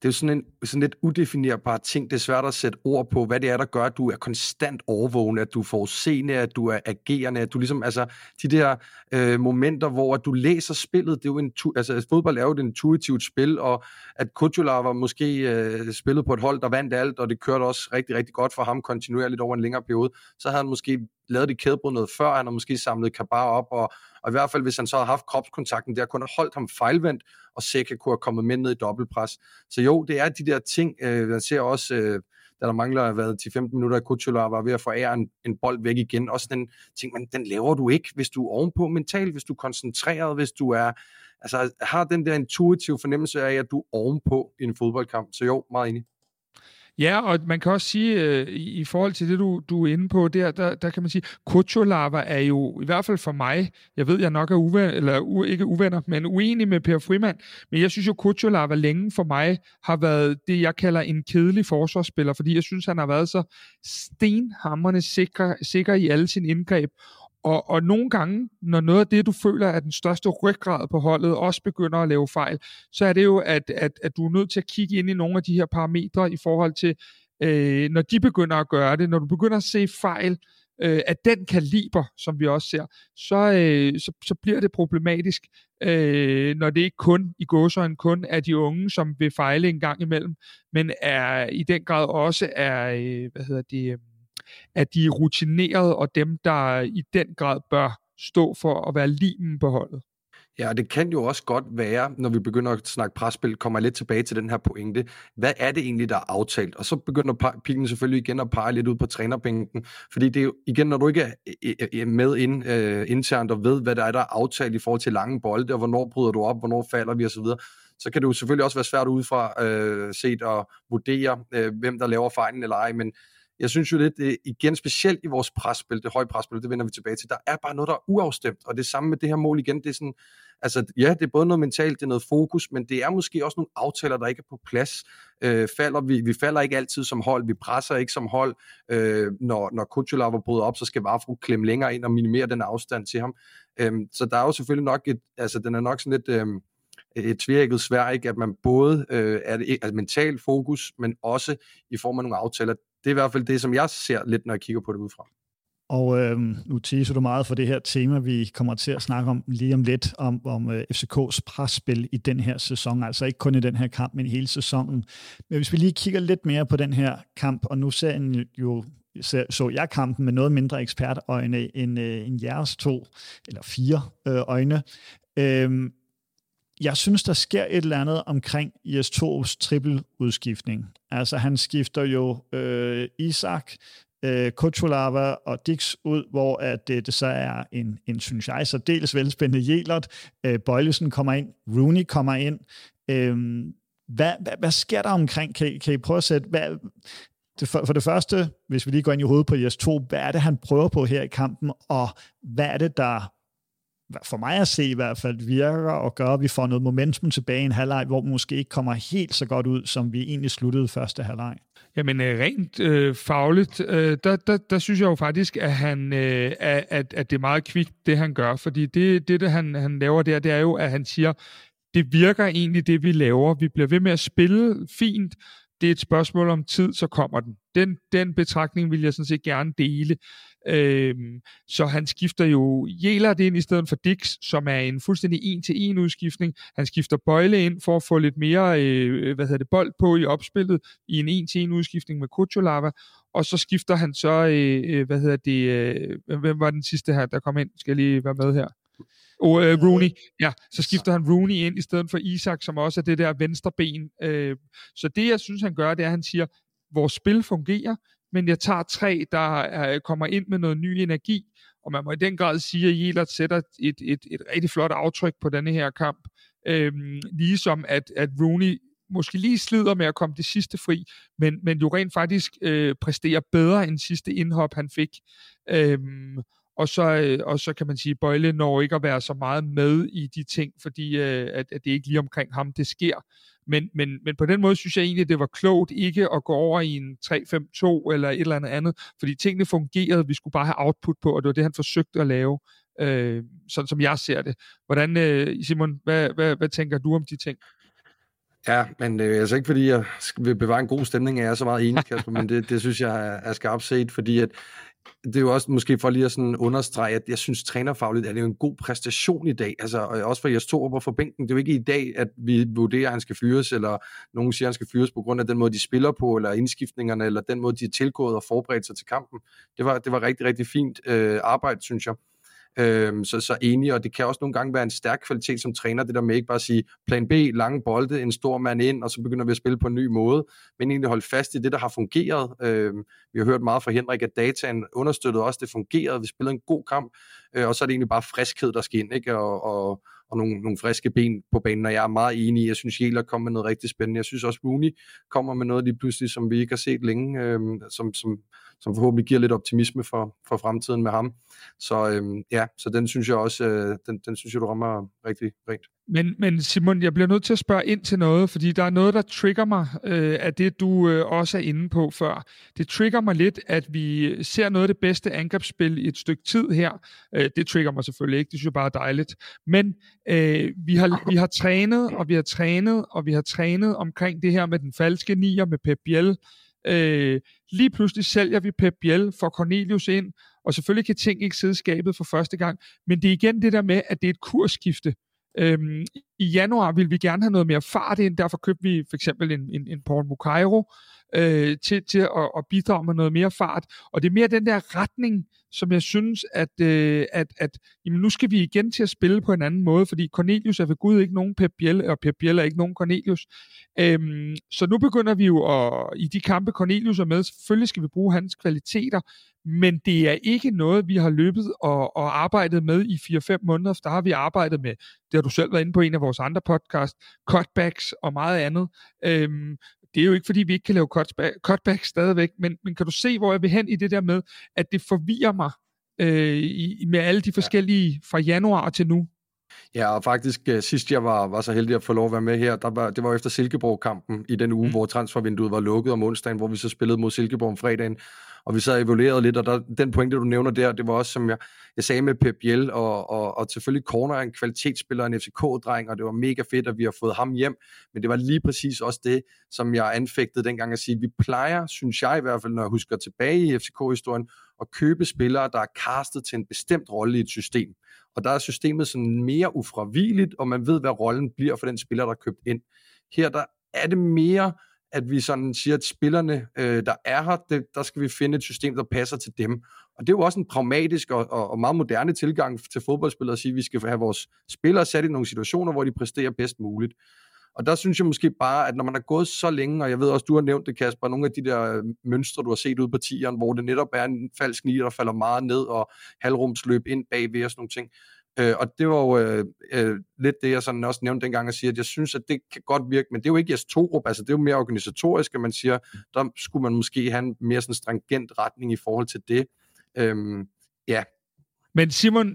det er jo sådan lidt udefinerbar ting. Det er svært at sætte ord på, hvad det er, der gør, at du er konstant overvågende, at du er forudseende, at du er agerende, at du ligesom, altså de der momenter, hvor du læser spillet, det er jo fodbold er jo et intuitivt spil, og at Kuchulava måske spillede på et hold, der vandt alt, og det kørte også rigtig, rigtig godt for ham kontinuerligt over en længere periode, så havde han måske lavet det kædebrud noget før, han har måske samlet Kabar op, og i hvert fald, hvis han så har haft kropskontakten, der kunne have holdt ham fejlvendt, og Seca kunne have kommet med ned i dobbeltpres. Så jo, det er de der ting, man ser også, da der mangler 10-15 minutter, at Kuchula var ved at forære en bold væk igen, også den ting, men den laver du ikke, hvis du er ovenpå mentalt, hvis du er koncentreret, hvis du er, altså har den der intuitive fornemmelse af, at du er ovenpå i en fodboldkamp. Så jo, meget enig. Ja, og man kan også sige, i forhold til det, du er inde på, der kan man sige, Kuchulava er jo, i hvert fald for mig, jeg ved, jeg nok er ikke uvenner, men uenig med Per Frimann, men jeg synes jo, Kuchulava længe for mig har været det, jeg kalder en kedelig forsvarsspiller, fordi jeg synes, han har været så stenhamrende sikker i alle sine indgreb. Og nogle gange, når noget af det, du føler er den største ryggrad på holdet, også begynder at lave fejl, så er det jo, at du er nødt til at kigge ind i nogle af de her parametre i forhold til, når de begynder at gøre det, når du begynder at se fejl af den kaliber, som vi også ser, så bliver det problematisk, når det ikke kun er de unge, som vil fejle en gang imellem, men er i den grad også at de er rutinerede, og dem, der i den grad bør stå for at være limen på holdet. Ja, og det kan jo også godt være, når vi begynder at snakke presspil, kommer lidt tilbage til den her pointe. Hvad er det egentlig, der er aftalt? Og så begynder pilen selvfølgelig igen at pege lidt ud på trænerbænken, fordi det er jo igen, når du ikke er med internt og ved, hvad der er aftalt i forhold til lange bolde, og hvornår bryder du op, hvornår falder vi osv., så kan det jo selvfølgelig også være svært udefra set at vurdere, hvem der laver fejlen eller ej, men jeg synes jo lidt, igen specielt i vores presspil, det høje presspil, det vender vi tilbage til, der er bare noget, der er uafstemt, og det samme med det her mål igen, det er sådan, altså ja, det er både noget mentalt, det er noget fokus, men det er måske også nogle aftaler, der ikke er på plads. Vi falder ikke altid som hold, vi presser ikke som hold, når Kuchulava bryder op, så skal Vafro klemme længere ind og minimere den afstand til ham. Så der er jo selvfølgelig nok den er nok sådan lidt et tvækket sværd, ikke? At man både er mental fokus, men også i form af nogle aftaler. Det er i hvert fald det, som jeg ser lidt, når jeg kigger på det udefra. Og nu teaser du meget for det her tema, vi kommer til at snakke om lige om lidt, om FCK's presspil i den her sæson, altså ikke kun i den her kamp, men i hele sæsonen. Men hvis vi lige kigger lidt mere på den her kamp, og nu så jeg kampen med noget mindre ekspertøjne end jeres 2 eller 4 øjne. Jeg synes, der sker et eller andet omkring Jes Torups trippeludskiftning. Altså, han skifter jo Isak, Kuchulava og Dix ud, hvor det så er en synes jeg, så dels velspændende Jelert. Bøjlesen kommer ind, Rooney kommer ind. Hvad sker der omkring? Kan I prøve at sætte... For det første, hvis vi lige går ind i hovedet på Jes Torup, hvad er det, han prøver på her i kampen, og hvad er det, der for mig at se i hvert fald virker og gør, at vi får noget momentum tilbage i en halvleg, hvor vi måske ikke kommer helt så godt ud, som vi egentlig sluttede første halvleg. Jamen rent fagligt, der synes jeg jo faktisk, at at det er meget kvikt, det han gør, fordi det han laver der, det er jo, at han siger, det virker egentlig det, vi laver. Vi bliver ved med at spille fint. Det er et spørgsmål om tid, så kommer den. Den betragtning vil jeg sådan set gerne dele. Så han skifter jo Jelert ind i stedet for Dix, som er en fuldstændig 1-til-1 udskiftning. Han skifter Bøjle ind for at få lidt mere bold på i opspillet i en 1-til-1 udskiftning med Kuchulava, og så skifter han så hvem var den sidste her, der kom ind? Skal jeg lige være med her? Rooney. Ja, så skifter han Rooney ind i stedet for Isak, som også er det der venstre ben. Så det, jeg synes, han gør, det er, at han siger, vores spil fungerer, men jeg tager 3, der kommer ind med noget ny energi, og man må i den grad sige, at Jelert sætter et rigtig flot aftryk på denne her kamp. Ligesom at Rooney måske lige slider med at komme det sidste fri, men jo rent faktisk præsterer bedre end sidste indhop, han fik. Og så kan man sige, at Bøjle når ikke at være så meget med i de ting, fordi at det ikke lige omkring ham, det sker. Men på den måde synes jeg egentlig, det var klogt ikke at gå over i en 3-5-2 eller et eller andet, fordi tingene fungerede, vi skulle bare have output på, og det var det, han forsøgte at lave, sådan som jeg ser det. Hvordan, Simon, hvad tænker du om de ting? Ja, men altså ikke fordi jeg vil bevare en god stemning, jeg er så meget enig, Kasper, men det synes jeg er skarpt set, fordi at det er jo også måske for lige at sådan understrege, at jeg synes trænerfagligt er det jo en god præstation i dag, altså også for Jes Torup og for bænken. Det er jo ikke i dag, at vi vurderer, at han skal fyres, eller nogen siger, at han skal fyres på grund af den måde, de spiller på, eller indskiftningerne, eller den måde, de er tilgået og forberedt sig til kampen. Det var rigtig, rigtig fint arbejde, synes jeg. Så enig, og det kan også nogle gange være en stærk kvalitet som træner, det der med ikke bare at sige plan B, lange bolde, en stor mand ind, og så begynder vi at spille på en ny måde, men egentlig holde fast i det, der har fungeret. Vi har hørt meget fra Henrik, at dataen understøttede også, det fungerede, vi spillede en god kamp, og så er det egentlig bare friskhed, der skal ind, ikke? Og nogle friske ben på banen, og jeg er meget enig. Jeg synes, Jæler kommer med noget rigtig spændende. Jeg synes også, Rooney kommer med noget lige pludselig, som vi ikke har set længe, som forhåbentlig giver lidt optimisme for fremtiden med ham. Så den synes jeg også, den synes jeg, du rammer rigtig rent. Men Simon, jeg bliver nødt til at spørge ind til noget, fordi der er noget, der trigger mig af det, du også er inde på før. Det trigger mig lidt, at vi ser noget af det bedste angrebsspil i et stykke tid her. Det trigger mig selvfølgelig ikke, det synes jeg bare er dejligt. Men vi har trænet, og vi har trænet, og vi har trænet omkring det her med den falske nier med Pep Biel. Lige pludselig sælger vi Pep Biel, får Cornelius ind, og selvfølgelig kan ting ikke sidde i skabet for første gang, men det er igen det der med, at det er et kursskifte. I januar ville vi gerne have noget mere fart ind, derfor købte vi for eksempel en Paul Mukairo til at bidrage med noget mere fart, og det er mere den der retning, som jeg synes, at jamen, nu skal vi igen til at spille på en anden måde, fordi Cornelius er ved Gud ikke nogen Pep Biel, og Pep Biel er ikke nogen Cornelius. Så nu begynder vi jo i de kampe Cornelius er med, selvfølgelig skal vi bruge hans kvaliteter, men det er ikke noget, vi har løbet og arbejdet med i 4-5 måneder, for der har vi arbejdet med, det har du selv været inde på en af vores andre podcast, cutbacks og meget andet. Det er jo ikke, fordi vi ikke kan lave cutbacks stadigvæk, men kan du se, hvor jeg vil hen i det der med, at det forvirrer mig med alle de forskellige fra januar til nu? Ja, og faktisk sidst jeg var så heldig at få lov at være med her, det var efter Silkeborg-kampen i den uge, hvor transfervinduet var lukket om onsdagen, hvor vi så spillede mod Silkeborg om fredagen, og vi så evaluerede lidt, og den pointe, du nævner der, det var også, som jeg sagde med Pep Biel, og selvfølgelig Corner er en kvalitetsspiller, en FCK-dreng, og det var mega fedt, at vi har fået ham hjem, men det var lige præcis også det, som jeg anfægtede dengang at sige, vi plejer, synes jeg i hvert fald, når jeg husker tilbage i FCK-historien, at købe spillere, der er castet til en bestemt rolle i et system. Og der er systemet sådan mere ufravigeligt, og man ved, hvad rollen bliver for den spiller, der er købt ind. Her der er det mere, at vi sådan siger, at spillerne, der er her, der skal vi finde et system, der passer til dem. Og det er jo også en pragmatisk og meget moderne tilgang til fodboldspillere at sige, at vi skal have vores spillere sat i nogle situationer, hvor de præsterer bedst muligt. Og der synes jeg måske bare, at når man har gået så længe, og jeg ved også, du har nævnt det, Kasper, nogle af de der mønstre, du har set ude på tieren, hvor det netop er en falsk nier, der falder meget ned, og halvrumsløb ind bagved og sådan nogle ting. Og det var jo lidt det, jeg sådan også nævnte dengang, at sige, at jeg synes, at det kan godt virke, men det er jo ikke Jes Torup, altså det er jo mere organisatorisk, at man siger, der skulle man måske have en mere sådan stringent retning i forhold til det. Ja. Men Simon,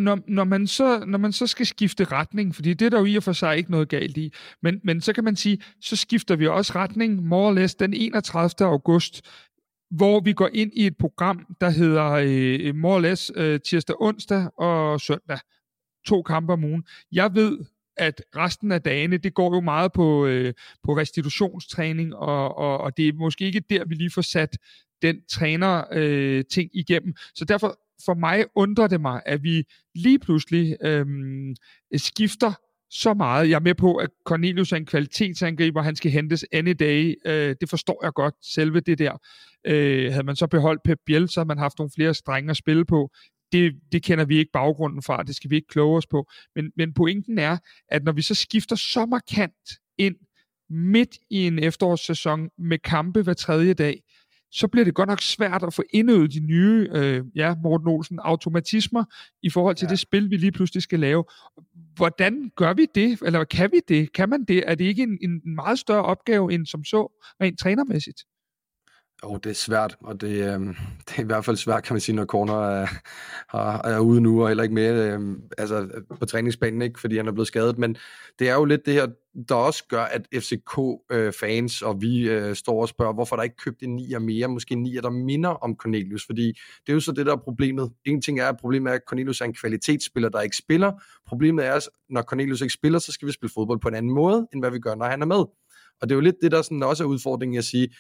når man så skal skifte retning, fordi det er der jo i og for sig ikke noget galt i, men så kan man sige, så skifter vi også retning more or less den 31. august, hvor vi går ind i et program, der hedder more or less tirsdag, onsdag og søndag. 2 kampe om ugen. Jeg ved, at resten af dagene, det går jo meget på restitutionstræning, og det er måske ikke der, vi lige får sat den træner-ting igennem. Så derfor, for mig undrer det mig, at vi lige pludselig skifter så meget. Jeg er med på, at Cornelius er en kvalitetsangriber, han skal hentes any day. Det forstår jeg godt, selve det der. Havde man så beholdt Pep Biel, så havde man haft nogle flere strenge at spille på. Det kender vi ikke baggrunden fra, det skal vi ikke kloge os på. Men pointen er, at når vi så skifter så markant ind midt i en efterårssæson med kampe hver 3. dag, så bliver det godt nok svært at få indøvet de nye, Morten Olsen, automatismer i forhold til det spil, vi lige pludselig skal lave. Hvordan gør vi det? Eller kan vi det? Kan man det? Er det ikke en meget større opgave end som så, rent trænermæssigt? Jo, det er svært, og det er i hvert fald svært, kan man sige, når Corner er ude nu, og heller ikke med på træningsbanen, ikke, fordi han er blevet skadet, men det er jo lidt det her, der også gør, at FCK-fans og vi står og spørger, hvorfor der ikke købt en 9'er mere, måske en 9'er, der minder om Cornelius, fordi det er jo så det, der er problemet. En ting er, at problemet er, at Cornelius er en kvalitetsspiller, der ikke spiller. Problemet er, at når Cornelius ikke spiller, så skal vi spille fodbold på en anden måde, end hvad vi gør, når han er med. Og det er jo lidt det, der sådan også er udfordringen at sige,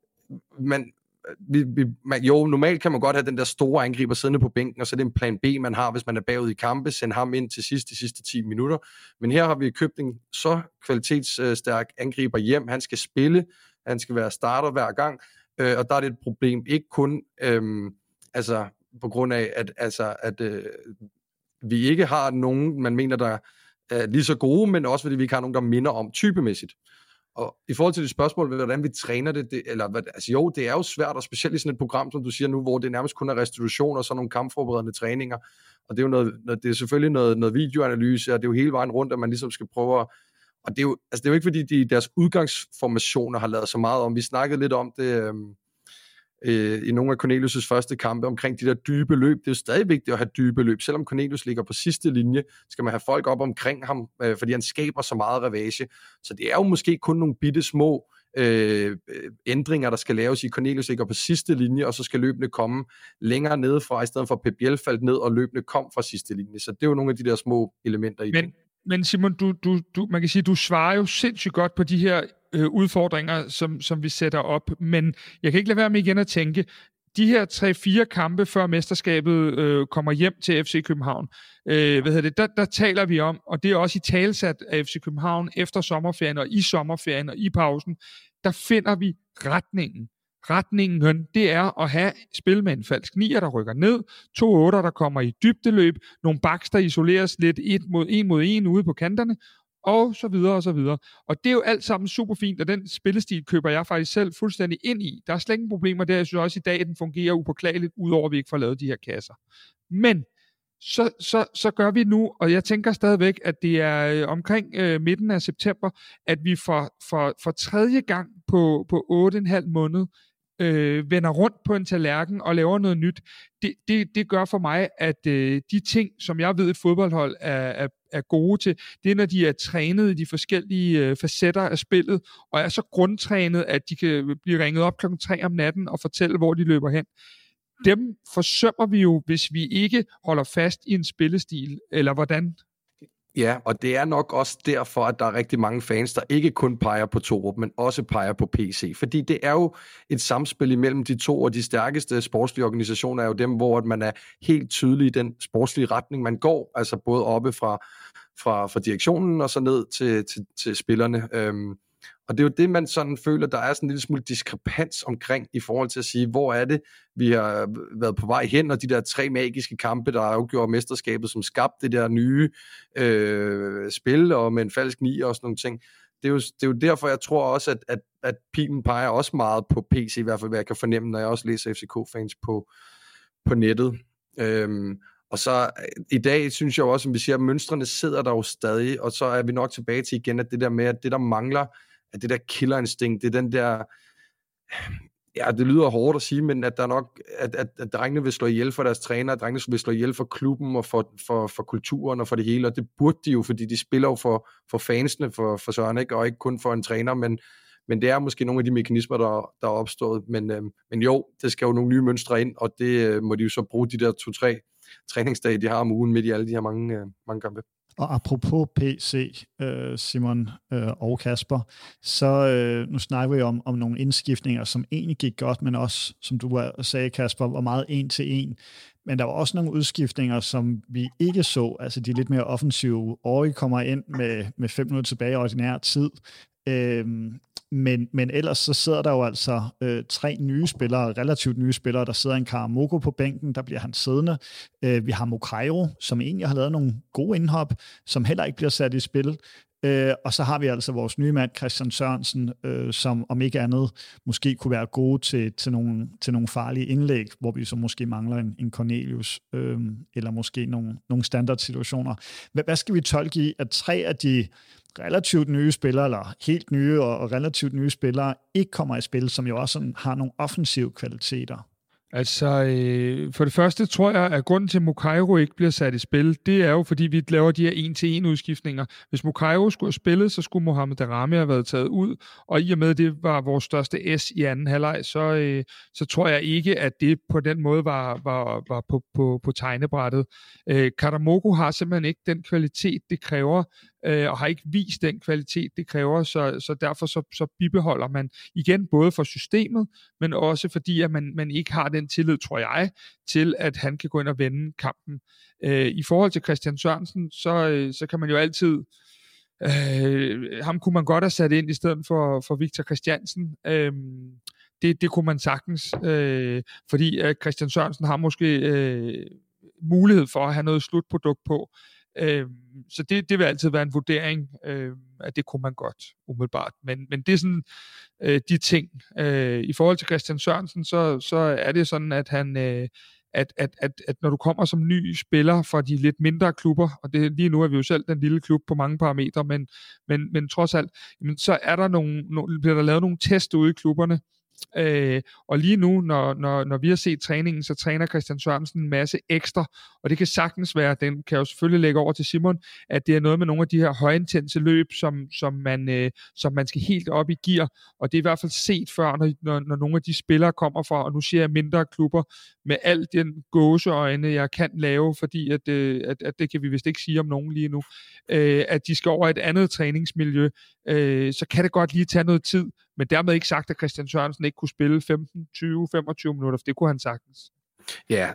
jo, normalt kan man godt have den der store angriber siddende på bænken, og så er det en plan B, man har, hvis man er bagud i kampe, send ham ind til sidst, de sidste 10 minutter. Men her har vi købt en så kvalitetsstærk angriber hjem, han skal spille, han skal være starter hver gang, og der er det et problem, ikke kun på grund af, at vi ikke har nogen, man mener, der er lige så gode, men også fordi vi ikke har nogen, der minder om typemæssigt. Og i forhold til det spørgsmål, hvordan vi træner det, det er jo svært, og specielt i sådan et program, som du siger nu, hvor det nærmest kun er restitution og sådan nogle kampforberedende træninger. Og det er jo det er selvfølgelig noget videoanalyse, og det er jo hele vejen rundt, at man ligesom skal prøve at... Og det er jo ikke fordi, de deres udgangsformationer har lavet så meget om. Vi snakkede lidt om det i nogle af Cornelius' første kampe omkring de der dybe løb. Det er jo stadig vigtigt at have dybe løb. Selvom Cornelius ligger på sidste linje, skal man have folk op omkring ham, fordi han skaber så meget ravage. Så det er jo måske kun nogle bitte små ændringer, der skal laves i. Cornelius ligger på sidste linje, og så skal løbende komme længere nedefra, i stedet for Pep Biel faldt ned, og løbende kom fra sidste linje. Så det er jo nogle af de der små elementer i det. Men Simon, man kan sige, du svarer jo sindssygt godt på de her udfordringer, som vi sætter op, men jeg kan ikke lade være med igen at tænke, de her 3-4 kampe før mesterskabet kommer hjem til FC København, der taler vi om, og det er også i talsat af FC København efter sommerferien og i sommerferien og i pausen, der finder vi retningen. Retningen, det er at have spil med en falsk 9'er, der rykker ned, 2 8'er, der kommer i dybdeløb, nogle backs, der isoleres lidt 1 mod 1 ude på kanterne, og så videre og så videre. Og det er jo alt sammen super fint, og den spillestil køber jeg faktisk selv fuldstændig ind i. Der er slet ingen problemer der. Jeg synes også i dag, at den fungerer upåklageligt, udover at vi ikke får lavet de her kasser. Men så gør vi nu, og jeg tænker stadigvæk, at det er omkring midten af september, at vi for tredje gang på 8,5 måned vender rundt på en tallerken og laver noget nyt. Det gør for mig, at de ting, som jeg ved et fodboldhold er gode til, det er, når de er trænet i de forskellige facetter af spillet, og er så grundtrænet, at de kan blive ringet op 3:00 om natten og fortælle, hvor de løber hen. Dem forsømmer vi jo, hvis vi ikke holder fast i en spillestil, eller hvordan? Ja, og det er nok også derfor, at der er rigtig mange fans, der ikke kun peger på Torup, men også peger på PC. Fordi det er jo et samspil imellem de to, og de stærkeste sportslige organisationer er jo dem, hvor man er helt tydelig i den sportslige retning, man går, altså både oppe fra direktionen og så ned til spillerne. Og det er jo det, man sådan føler, der er sådan en lille smule diskrepans omkring i forhold til at sige, hvor er det, vi har været på vej hen, og de der 3 magiske kampe, der afgjorde mesterskabet, som skabte det der nye spil, og med en falsk 9 og sådan nogle ting. Det er jo derfor, jeg tror også, at pilen peger også meget på PC, i hvert fald hvad jeg kan fornemme, når jeg også læser FCK-fans på nettet. Og så i dag synes jeg jo også, som vi siger, at mønstrene sidder der jo stadig, og så er vi nok tilbage til igen, at det der med, at det der mangler, at det der killerinstinkt, det er den der, ja, det lyder hårdt at sige, men at der nok, at drengene vil slå ihjel for deres træner, at drengene vil slå ihjel for klubben og for kulturen og for det hele, og det burde de jo, fordi de spiller jo for fansene, for Søren, ikke? Og ikke kun for en træner, men det er måske nogle af de mekanismer, der er opstået, men jo, det skal jo nogle nye mønstre ind, og det må de jo så bruge de der 2-3 træningsdage, de har om ugen midt i alle de her mange kampe. Og apropos PC, Simon og Kasper, så nu snakker vi om nogle indskiftninger, som egentlig gik godt, men også, som du sagde, Kasper, var meget 1-til-1. Men der var også nogle udskiftninger, som vi ikke så, altså de lidt mere offensive. Åri kommer ind med 5 minutter tilbage i ordinær tid. Men ellers så sidder der jo altså 3 nye spillere, relativt nye spillere. Der sidder en Karamoko på bænken, der bliver han siddende. Vi har Mokairo, som egentlig har lavet nogle gode indhop, som heller ikke bliver sat i spil. Og så har vi altså vores nye mand, Christian Sørensen, som om ikke andet måske kunne være gode til nogle farlige indlæg, hvor vi så måske mangler en Cornelius, eller måske nogle standardsituationer. Hvad skal vi tolke i, at 3 af de relativt nye spillere, eller helt nye og relativt nye spillere, ikke kommer i spil, som jo også har nogle offensive kvaliteter? Altså, for det første tror jeg, at grunden til, at Mukairo ikke bliver sat i spil, det er jo, fordi vi laver de her 1-til-1 udskiftninger. Hvis Mukairo skulle have spillet, så skulle Mohamed Daramy have været taget ud, og i og med, det var vores største S i anden halvleg, så tror jeg ikke, at det på den måde var på tegnebrættet. Karamoko har simpelthen ikke den kvalitet, det kræver, og har ikke vist den kvalitet, det kræver, så derfor så bibeholder man igen både for systemet, men også fordi, at man ikke har den tillid, tror jeg, til at han kan gå ind og vende kampen. I forhold til Christian Sørensen, så kan man jo altid ham kunne man godt have sat ind i stedet for Victor Christiansen. Det kunne man sagtens, fordi Christian Sørensen har måske mulighed for at have noget slutprodukt på. Så det vil altid være en vurdering, at det kunne man godt umiddelbart. Men det er sådan de ting. I forhold til Christian Sørensen, så er det sådan, at han at når du kommer som ny spiller fra de lidt mindre klubber, og det, lige nu er vi jo selv den lille klub på mange parametre, men trods alt, så er der bliver der lavet nogle test ude i klubberne. Og lige nu, når vi har set træningen, så træner Christian Sørensen en masse ekstra, og det kan sagtens være, den kan jo selvfølgelig lægge over til Simon, at det er noget med nogle af de her højintense løb, som man skal helt op i gear, og det er i hvert fald set før, når nogle af de spillere kommer fra, og nu siger jeg mindre klubber, med al den gåseøjne, jeg kan lave, fordi at det kan vi vist ikke sige om nogen lige nu, at de skal over et andet træningsmiljø, så kan det godt lige tage noget tid, men dermed ikke sagt, at Christian Sørensen ikke kunne spille 15, 20, 25 minutter, for det kunne han sagtens. Ja,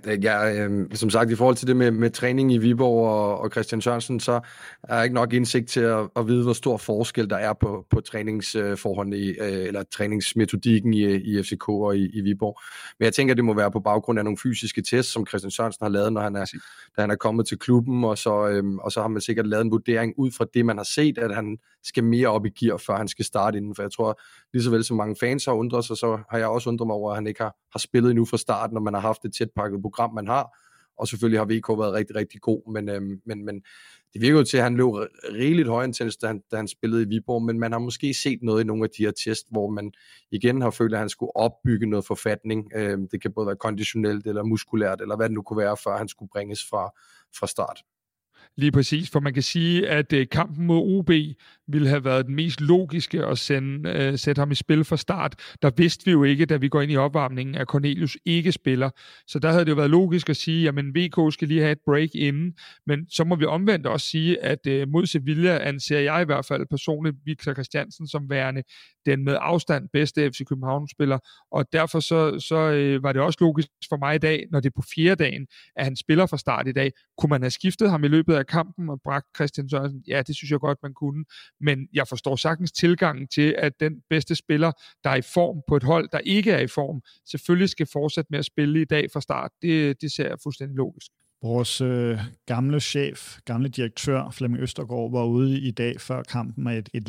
som sagt, i forhold til det med træning i Viborg og Christian Sørensen, så er jeg ikke nok indsigt til at vide, hvor stor forskel der er på træningsforholdene eller træningsmetodikken i FCK og i Viborg. Men jeg tænker, det må være på baggrund af nogle fysiske tests, som Christian Sørensen har lavet, da han er kommet til klubben, og så har man sikkert lavet en vurdering ud fra det, man har set, at han skal mere op i gear, før han skal starte inden. For jeg tror, lige så vel som mange fans har undret sig, så har jeg også undret mig over, at han ikke har spillet endnu fra starten, når man har haft et tætpakket program, man har. Og selvfølgelig har VK været rigtig, rigtig god, men det virker jo til, at han løb rigeligt højintens, da han spillede i Viborg, men man har måske set noget i nogle af de her test, hvor man igen har følt, at han skulle opbygge noget forfatning. Det kan både være konditionelt eller muskulært, eller hvad det nu kunne være, før han skulle bringes fra start. Lige præcis, for man kan sige, at kampen mod OB ville have været den mest logiske at sætte ham i spil fra start. Der vidste vi jo ikke, da vi går ind i opvarmningen, at Cornelius ikke spiller. Så der havde det jo været logisk at sige, at VK skal lige have et break inden. Men så må vi omvendt også sige, at mod Sevilla anser jeg i hvert fald personligt Victor Christiansen som værende den med afstand bedste FC København-spiller. Og derfor så var det også logisk for mig i dag, når det er på 4. dagen, at han spiller fra start i dag. Kunne man have skiftet ham i løbet af kampen og bragt Christian Sørensen? Ja, det synes jeg godt, man kunne. Men jeg forstår sagtens tilgangen til, at den bedste spiller, der er i form på et hold, der ikke er i form, selvfølgelig skal fortsætte med at spille i dag fra start. Det ser jeg fuldstændig logisk. Vores gamle chef, gamle direktør, Flemming Østergaard, var ude i dag før kampen med et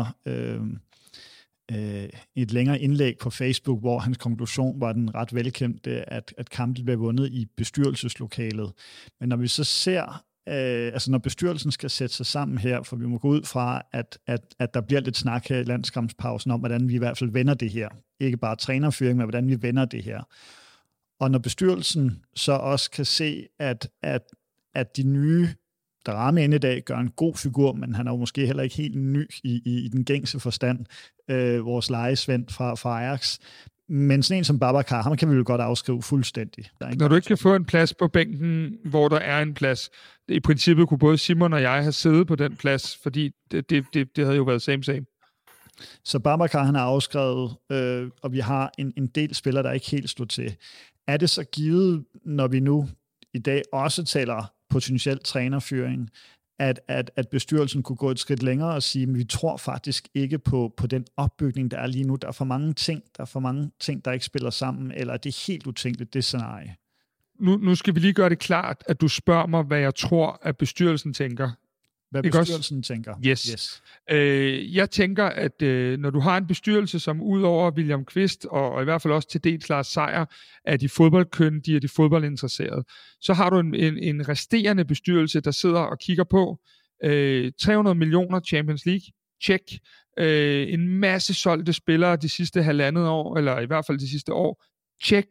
længere indlæg på Facebook, hvor hans konklusion var den ret velkendte, at kampen blev vundet i bestyrelseslokalet. Men når vi så ser, når bestyrelsen skal sætte sig sammen her, for vi må gå ud fra, at der bliver lidt snak her i landskampspausen om, hvordan vi i hvert fald vender det her. Ikke bare trænerføring, men hvordan vi vender det her. Og når bestyrelsen så også kan se, at de nye, der rammer ind i dag, gør en god figur, men han er jo måske heller ikke helt ny i den gængse forstand, vores lejesvend fra Ajax. Men sådan en som Babacar, ham kan vi jo godt afskrive fuldstændig. Når du ikke kan få en plads på bænken, hvor der er en plads, i princippet kunne både Simon og jeg have siddet på den plads, fordi det havde jo været same. Så Babacar, han er afskrevet, og vi har en del spillere, der ikke helt stod til. Er det så givet, når vi nu i dag også taler potentiel trænerfyring, at bestyrelsen kunne gå et skridt længere og sige, at vi tror faktisk ikke på den opbygning, der er lige nu. Der er for mange ting, der ikke spiller sammen, eller det er helt utænkeligt, det scenarie. Nu skal vi lige gøre det klart, at du spørger mig, hvad jeg tror, at bestyrelsen tænker. Hvad bestyrelsen tænker. Yes. Jeg tænker, at når du har en bestyrelse, som udover William Kvist, og i hvert fald også til dels Lars Seier, er de fodboldkyndige og de fodboldinteresserede, så har du en resterende bestyrelse, der sidder og kigger på 300 millioner Champions League, check. En masse solgte spillere de sidste 1,5 år, eller i hvert fald de sidste år, check.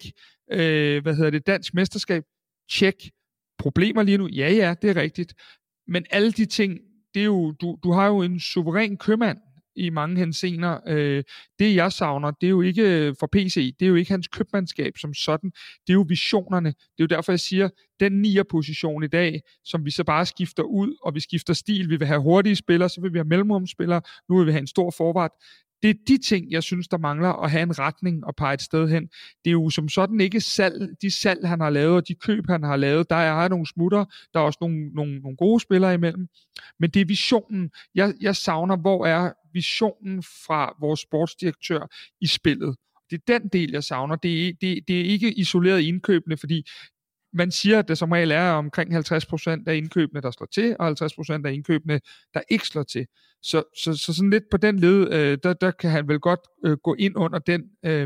dansk mesterskab, tjek. Problemer lige nu, ja, det er rigtigt. Men alle de ting, det er jo, du har jo en suveræn købmand i mange henseender. Det jeg savner, det er jo ikke for PC, det er jo ikke hans købmandskab som sådan, det er jo visionerne. Det er jo derfor, jeg siger, den 9'er-position i dag, som vi så bare skifter ud, og vi skifter stil, vi vil have hurtige spillere, så vil vi have mellemrumsspillere, nu vil vi have en stor forward. Det er de ting, jeg synes, der mangler at have en retning og pege et sted hen. Det er jo som sådan ikke de salg, han har lavet, og de køb, han har lavet. Der er nogle smutter, der er også nogle gode spillere imellem. Men det er visionen. Jeg savner, hvor er visionen fra vores sportsdirektør i spillet. Det er den del, jeg savner. Det er ikke isoleret indkøbende, fordi man siger, at det som regel er omkring 50% af indkøbene, der slår til, og 50% af indkøbene, der ikke slår til. Så sådan lidt på den led, der kan han vel godt gå ind under den.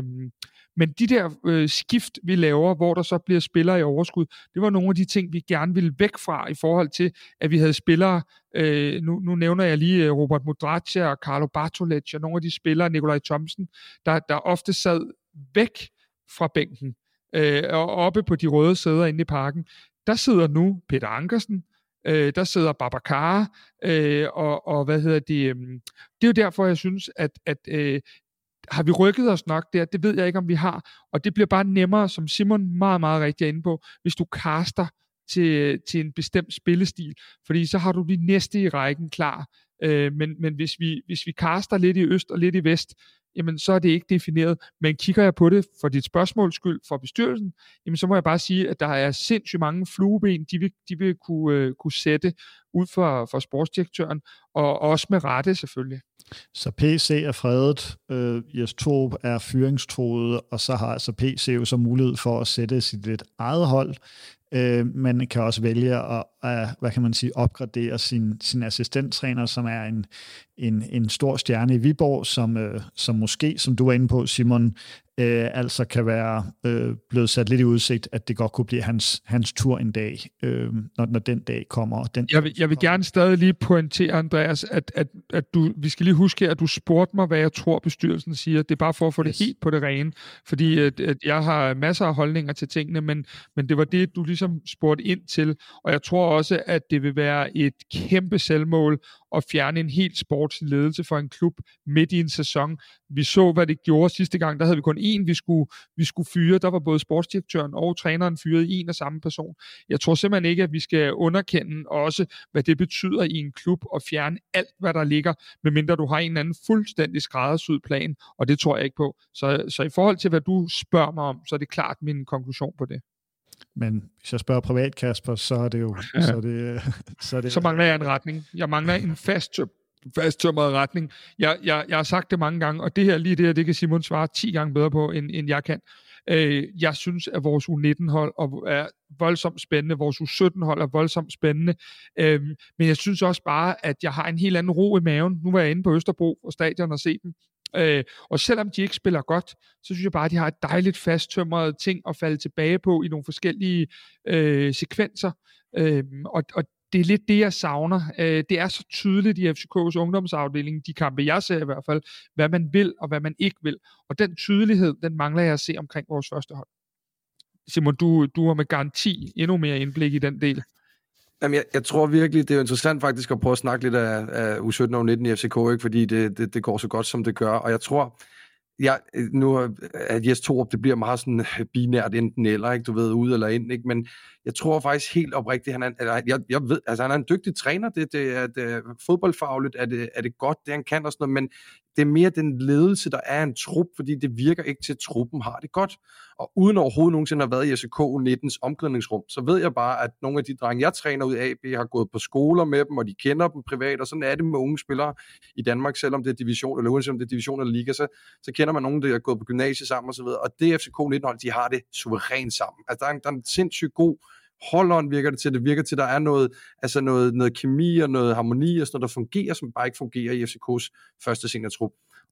Men de der skift, vi laver, hvor der så bliver spillere i overskud, det var nogle af de ting, vi gerne ville væk fra, i forhold til, at vi havde spillere, nu nævner jeg lige Robert Mudraccia og Carlo Bartolec, og nogle af de spillere, Nikolaj Thomsen, der ofte sad væk fra bænken, og oppe på de røde sæder inde i parken. Der sidder nu Peter Ankersen, der sidder Babacar, og det er jo derfor, jeg synes, at har vi rykket os nok der? Det ved jeg ikke, om vi har. Og det bliver bare nemmere, som Simon meget, meget rigtig er inde på, hvis du caster til en bestemt spillestil. Fordi så har du de næste i rækken klar. Men hvis vi caster lidt i øst og lidt i vest, jamen så er det ikke defineret. Men kigger jeg på det for dit spørgsmåls skyld for bestyrelsen, jamen så må jeg bare sige, at der er sindssygt mange flueben, de vil kunne sætte ud for sportsdirektøren, og også med rette selvfølgelig. Så PC er fredet, Jes Torup er fyringstroet, og så har altså PC jo så mulighed for at sætte sit lidt eget hold. Man kan også vælge at opgradere sin assistenttræner, som er en stor stjerne i Viborg, som måske, som du er inde på, Simon, altså kan være blevet sat lidt i udsigt, at det godt kunne blive hans tur en dag, når den dag kommer. Jeg vil gerne stadig lige pointere, Andreas, at vi skal lige huske, at du spurgte mig, hvad jeg tror, bestyrelsen siger. Det er bare for at få det helt på det rene, fordi at jeg har masser af holdninger til tingene, men det var det, du ligesom spurgte ind til, og jeg tror også, at det vil være et kæmpe selvmål at fjerne en helt sportslig ledelse for en klub midt i en sæson. Vi så, hvad det gjorde sidste gang. Der havde vi kun én, vi skulle fyre. Der var både sportsdirektøren og træneren fyret i en og samme person. Jeg tror simpelthen ikke, at vi skal underkende også, hvad det betyder i en klub og fjerne alt, hvad der ligger, medmindre du har en eller anden fuldstændig skræddersyet plan, og det tror jeg ikke på. Så i forhold til, hvad du spørger mig om, så er det klart min konklusion på det. Men hvis jeg spørger privat, Kasper, så er det jo... Så mangler jeg en retning. Jeg mangler en fasttømret retning. Jeg har sagt det mange gange, og det kan Simon svare 10 gange bedre på, end jeg kan. Jeg synes, at vores U19-hold er voldsomt spændende, vores U17-hold er voldsomt spændende, men jeg synes også bare, at jeg har en helt anden ro i maven. Nu var jeg inde på Østerbro og stadion og se dem, og selvom de ikke spiller godt, så synes jeg bare, at de har et dejligt fasttømret ting at falde tilbage på i nogle forskellige sekvenser, og det er lidt det, jeg savner. Det er så tydeligt i FCK's ungdomsafdeling, de kampe, jeg ser i hvert fald, hvad man vil og hvad man ikke vil. Og den tydelighed, den mangler jeg at se omkring vores første hold. Simon, du har med garanti endnu mere indblik i den del. Jamen, jeg tror virkelig, det er interessant faktisk at prøve at snakke lidt af U17 og U19 i FCK, ikke? Fordi det går så godt, som det gør. Og jeg tror, at Jes Torup, det bliver meget sådan binært enten eller, ikke? Du ved, ud eller ind, ikke? Men jeg tror faktisk helt oprigtigt, han er en dygtig træner, det er fodboldfagligt, er det godt, det han kan og sådan noget, men det er mere den ledelse, der er en trup, fordi det virker ikke til, at truppen har det godt. Og uden overhovedet nogensinde at have været i FCK U19's omklædningsrum, så ved jeg bare, at nogle af de drenge, jeg træner ud af AB, har gået på skoler med dem, og de kender dem privat, og sådan er det med unge spillere i Danmark, selvom det er division, eller uanset om det er division eller liga, så kender man nogen, der har gået på gymnasiet sammen og så videre. Og det FCK U19-hold, de har det suverænt sammen. Altså, der er en sindssygt god holdånd, virker det til. Det virker til, at der er noget kemi og noget harmoni og sådan noget, der fungerer, som bare ikke fungerer i FCK's første seniortrup.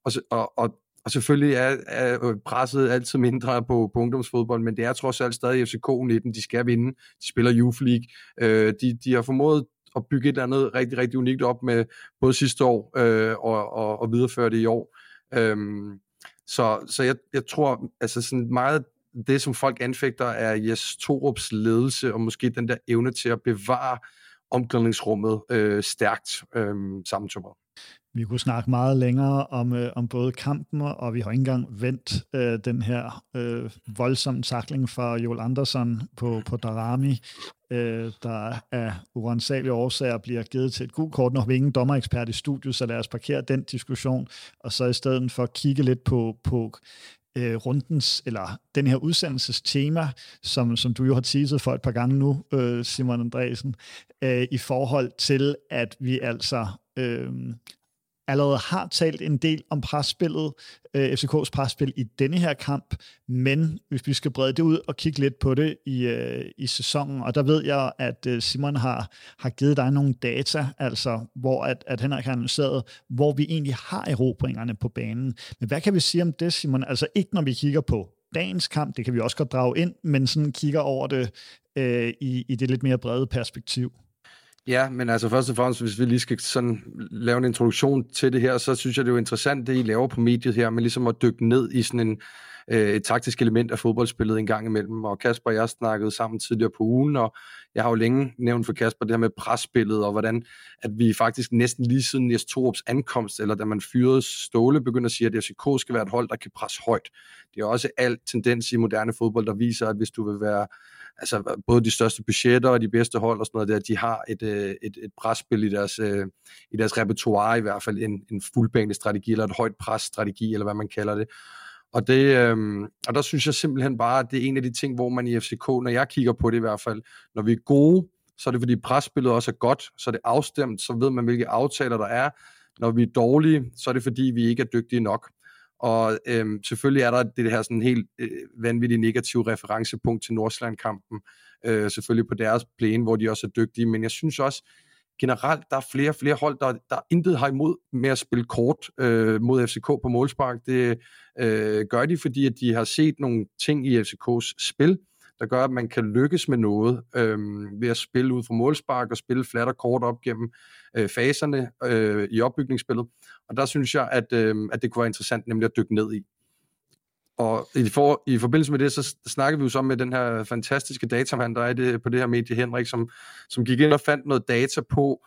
Og selvfølgelig er presset altid mindre på ungdomsfodbold, men det er trods alt stadig FCK U19, de skal vinde. De spiller Youth League. De har formået at bygge et eller andet rigtig, rigtig unikt op med både sidste år og videreføre det i år. Så jeg tror, altså sådan meget det, som folk anfægter, er Jes Torups ledelse, og måske den der evne til at bevare omklædningsrummet stærkt sammentømret. Vi kunne snakke meget længere om både kampen, og vi har ikke engang vendt den her voldsomme tackling fra Joel Andersson på Daramy, der af uransagelige årsager bliver givet til et gult kort. Nu har vi ingen dommerekspert i studiet, så lad os parkere den diskussion, og så i stedet for at kigge lidt på rundens, eller den her udsendelses tema, som du jo har teaset for et par gange nu, Simon Andresen, i forhold til, at vi altså allerede har talt en del om presspillet, FCK's presspil i denne her kamp, men hvis vi skal brede det ud og kigge lidt på det i sæsonen, og der ved jeg, at Simon har givet dig nogle data, altså hvor at Henrik har analyseret, hvor vi egentlig har erobringerne på banen. Men hvad kan vi sige om det, Simon? Altså ikke når vi kigger på dagens kamp, det kan vi også godt drage ind, men sådan kigger over det i det lidt mere brede perspektiv. Ja, men altså først og fremmest, hvis vi lige skal sådan lave en introduktion til det her, så synes jeg, det er jo interessant, det I laver på mediet her, med ligesom at dykke ned i sådan et taktisk element af fodboldspillet en gang imellem. Og Kasper og jeg snakkede sammen tidligere på ugen, og jeg har jo længe nævnt for Kasper det her med presspillet, og hvordan at vi faktisk næsten lige siden Jes Torups ankomst, eller da man fyrede Ståle, begynder at sige, at FCK skal være et hold, der kan presse højt. Det er også alt tendens i moderne fodbold, der viser, at hvis du vil være altså både de største budgetter og de bedste hold og sådan noget der, de har et presspil i deres repertoire, i hvert fald en fuldbanestrategi eller et højt presstrategi, eller hvad man kalder det. Og der synes jeg simpelthen bare, at det er en af de ting, hvor man i FCK, når jeg kigger på det i hvert fald, når vi er gode, så er det fordi presspillet også er godt, så er det afstemt, så ved man, hvilke aftaler der er. Når vi er dårlige, så er det fordi, vi ikke er dygtige nok. Og selvfølgelig er der det her sådan helt vanvittigt negative referencepunkt til Nordsjælland-kampen, selvfølgelig på deres plæne, hvor de også er dygtige, men jeg synes også generelt, der er flere og flere hold, der intet har imod med at spille kort mod FCK på målspark. Det gør de, fordi at de har set nogle ting i FCK's spil, der gør, at man kan lykkes med noget ved at spille ud fra målspark og spille flat og kort op gennem faserne i opbygningsspillet. Og der synes jeg, at det kunne være interessant nemlig at dykke ned i. Og i forbindelse med det, så snakkede vi jo så med den her fantastiske datamand, der er på det her medie, Henrik, som gik ind og fandt noget data på,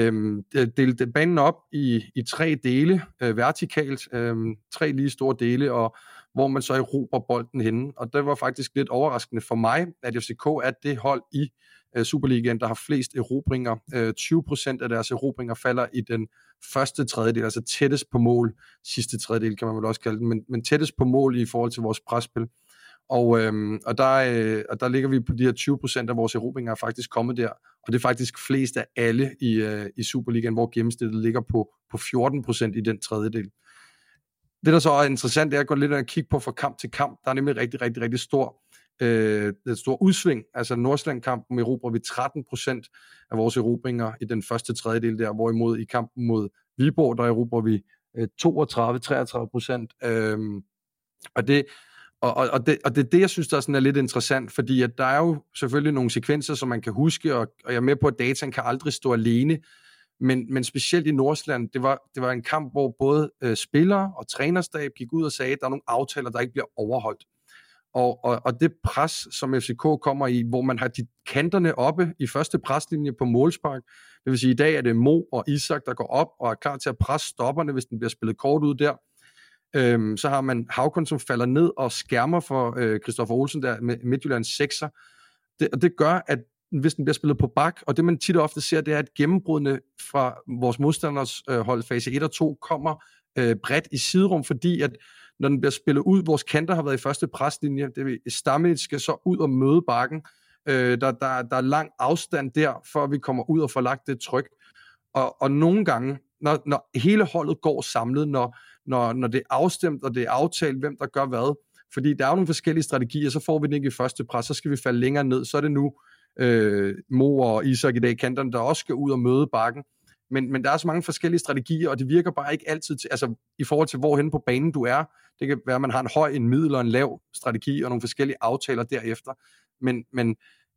delte banen op i 3 dele, vertikalt, 3 lige store dele, og hvor man så erobrer bolden henne. Og det var faktisk lidt overraskende for mig, at FCK er det hold i Superligaen, der har flest erobringer. 20% af deres erobringer falder i den første tredjedel, altså tættest på mål. Sidste tredjedel kan man vel også kalde den, men tættest på mål i forhold til vores presspil. Og der ligger vi på de her 20% af vores erobringer er faktisk kommet der. Og det er faktisk flest af alle i Superligaen, hvor gennemsnittet ligger på 14% i den tredjedel. Det, der så er interessant, det er at gå lidt og kigge på fra kamp til kamp. Der er nemlig rigtig, rigtig, rigtig stor udsving. Altså Nordsjælland-kampen erobrer vi 13% af vores erobringer i den første tredjedel der, hvorimod i kampen mod Viborg, der erobrer vi 32-33%. Og det er det, jeg synes, der er lidt interessant, fordi at der er jo selvfølgelig nogle sekvenser, som man kan huske, og jeg er med på, at dataen kan aldrig stå alene, men specielt i Nordsjælland, det var en kamp, hvor både spillere og trænerstab gik ud og sagde, at der er nogle aftaler, der ikke bliver overholdt. Og det pres, som FCK kommer i, hvor man har de kanterne oppe i første preslinje på målspark, det vil sige, i dag er det Mo og Isak, der går op og er klar til at presse stopperne, hvis den bliver spillet kort ud der. Så har man Havkon, som falder ned og skærmer for Christoffer Olsen der med Midtjyllands 6'er. Og det gør, at hvis den bliver spillet på bak, og det man tit og ofte ser, det er, at gennembrudene fra vores modstanders hold fase 1 og 2 kommer bredt i siderum, fordi at når den bliver spillet ud, vores kanter har været i første preslinje, det vil Stamenic skal så ud og møde bakken. Der er lang afstand der, før vi kommer ud og får lagt det tryk. Og nogle gange, når hele holdet går samlet, når det er afstemt, og det er aftalt, hvem der gør hvad, fordi der er jo nogle forskellige strategier, så får vi den ikke i første pres, så skal vi falde længere ned, så er det nu Mo og Isak i dag, kanterne, der også skal ud og møde bakken. Men der er så mange forskellige strategier, og det virker bare ikke altid til, altså i forhold til hvorhen på banen du er. Det kan være, at man har en høj, en middel og en lav strategi, og nogle forskellige aftaler derefter. Men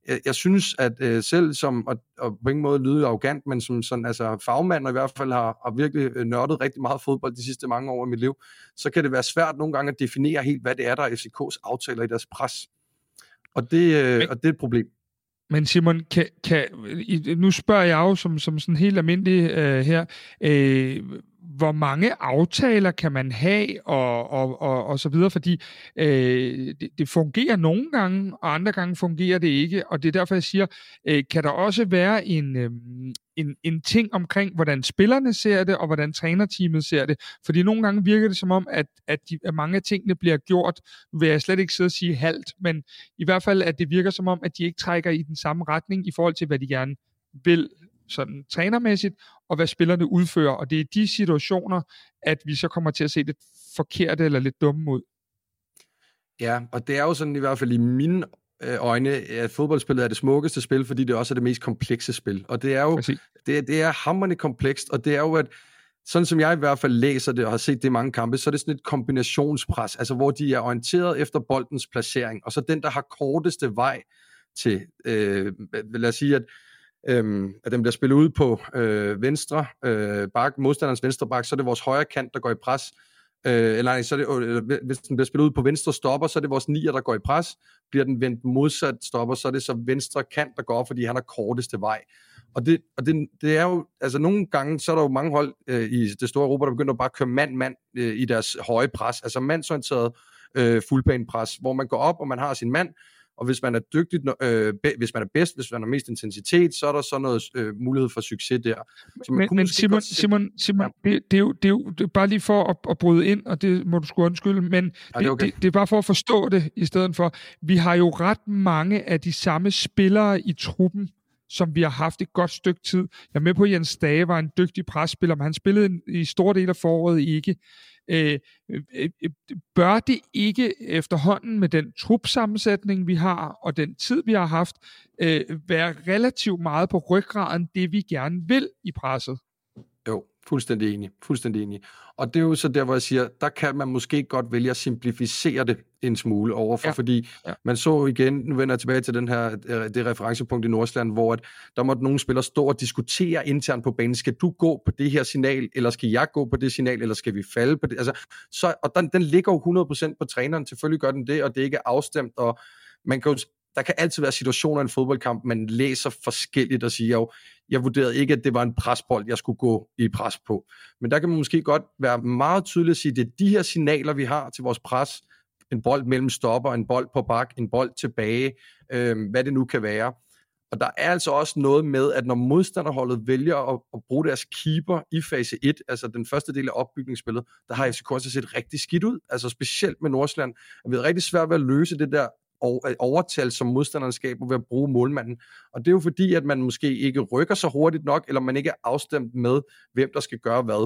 jeg synes, at selv som, og på ingen måde lyde arrogant, men som sådan, altså fagmand, og i hvert fald har virkelig nørdet rigtig meget fodbold de sidste mange år i mit liv, så kan det være svært nogle gange at definere helt, hvad det er, der er FCK's aftaler i deres pres. Og det er et problem. Men Simon, nu spørger jeg jo som sådan helt almindelig her, hvor mange aftaler kan man have, og så videre, fordi det fungerer nogle gange, og andre gange fungerer det ikke, og det er derfor, jeg siger, kan der også være en ting omkring, hvordan spillerne ser det, og hvordan trænerteamet ser det, fordi nogle gange virker det som om, at mange af tingene bliver gjort, nu vil jeg slet ikke sidde og sige halvt, men i hvert fald, at det virker som om, at de ikke trækker i den samme retning, i forhold til, hvad de gerne vil, sådan trænermæssigt, og hvad spillerne udfører, og det er de situationer, at vi så kommer til at se det forkerte eller lidt dumme ud. Ja, og det er jo sådan i hvert fald i mine øjne, at fodboldspillet er det smukkeste spil, fordi det også er det mest komplekse spil, og det er jo det er hamrende komplekst, og det er jo, at sådan som jeg i hvert fald læser det, og har set det i mange kampe, så er det sådan et kombinationspres, altså hvor de er orienteret efter boldens placering, og så den, der har korteste vej til, lad os sige, at den bliver spillet ud på venstre bak, modstanderens venstre bak, så er det vores højre kant, der går i pres, hvis den bliver spillet ud på venstre stopper, så er det vores nier, der går i pres. Bliver den vendt modsat stopper, så er det så venstre kant, der går op, fordi han har korteste vej. Og det er jo, altså nogle gange, så er der jo mange hold i det store Europa, der begynder at bare køre mand i deres høje pres, altså mandsorienteret fuldbanepres, hvor man går op, og man har sin mand, og hvis man er dygtig, hvis man er bedst, hvis man har mest intensitet, så er der så noget mulighed for succes der. Men Simon, ja. det er jo bare lige for at bryde ind, og det må du sgu undskylde, men det er bare for at forstå det i stedet for. Vi har jo ret mange af de samme spillere i truppen, som vi har haft et godt stykke tid. Jeg er med på, at Jens Dage var en dygtig presspiller, men han spillede i store dele af foråret ikke. Bør det ikke efterhånden med den trupsammensætning, vi har, og den tid, vi har haft, være relativt meget på ryggraden, det vi gerne vil i presset? Jo, fuldstændig enig. Og det er jo så der, hvor jeg siger, der kan man måske godt vælge at simplificere det en smule overfor, fordi man så igen, nu vender jeg tilbage til det referencepunkt i Nordsjælland, hvor der måtte nogle spillere stå og diskutere internt på banen, skal du gå på det her signal, eller skal jeg gå på det signal, eller skal vi falde på det? Altså, og den ligger jo 100% på træneren, selvfølgelig gør den det, og det er ikke afstemt, og man kan jo, der kan altid være situationer i en fodboldkamp, man læser forskelligt og siger jo, jeg vurderede ikke, at det var en presbold, jeg skulle gå i pres på. Men der kan man måske godt være meget tydeligt at sige, at det er de her signaler, vi har til vores pres, en bold mellem stopper, en bold på bak, en bold tilbage, hvad det nu kan være. Og der er altså også noget med, at når modstanderholdet vælger at bruge deres keeper i fase 1, altså den første del af opbygningsspillet, der har FCK også set rigtig skidt ud, altså specielt med Nordsjælland. Det er rigtig svært ved at løse det der overtal, som modstanderne skaber ved at bruge målmanden. Og det er jo fordi, at man måske ikke rykker så hurtigt nok, eller man ikke er afstemt med, hvem der skal gøre hvad.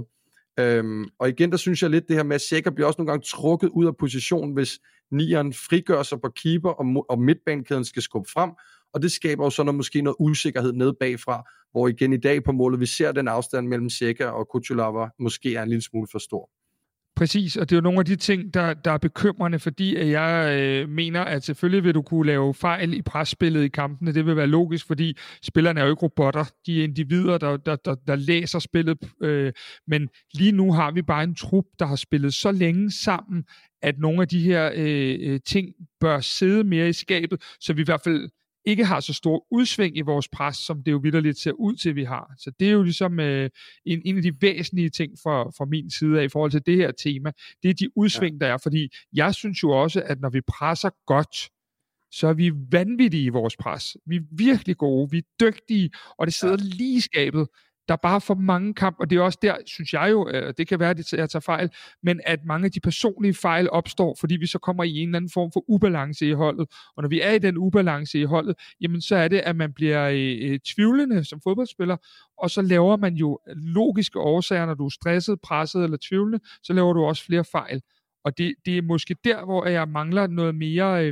Og igen, der synes jeg lidt, det her med, at Sækker bliver også nogle gange trukket ud af position, hvis nieren frigør sig på keeper, og midtbanekæden skal skubbe frem, og det skaber jo så måske noget usikkerhed nede bagfra, hvor igen i dag på målet, vi ser den afstand mellem Sækker og Kuchulava måske er en lille smule for stor. Præcis, og det er jo nogle af de ting, der er bekymrende, fordi jeg mener, at selvfølgelig vil du kunne lave fejl i presspillet i kampene. Det vil være logisk, fordi spillerne er jo ikke robotter. De er individer, der læser spillet. Men lige nu har vi bare en trup, der har spillet så længe sammen, at nogle af de her ting bør sidde mere i skabet, så vi i hvert fald ikke har så stor udsving i vores pres, som det jo vitterligt ser ud til, vi har. Så det er jo ligesom en af de væsentlige ting fra min side af i forhold til det her tema. Det er de udsving, der er, fordi jeg synes jo også, at når vi presser godt, så er vi vanvittige i vores pres. Vi er virkelig gode, vi er dygtige, og det sidder lige i skabet. Der er bare for mange kampe, og det er også der, synes jeg jo, det kan være, at jeg tager fejl, men at mange af de personlige fejl opstår, fordi vi så kommer i en eller anden form for ubalance i holdet. Og når vi er i den ubalance i holdet, jamen så er det, at man bliver tvivlende som fodboldspiller, og så laver man jo logiske årsager, når du er stresset, presset eller tvivlende, så laver du også flere fejl. Og det er måske der, hvor jeg mangler noget mere...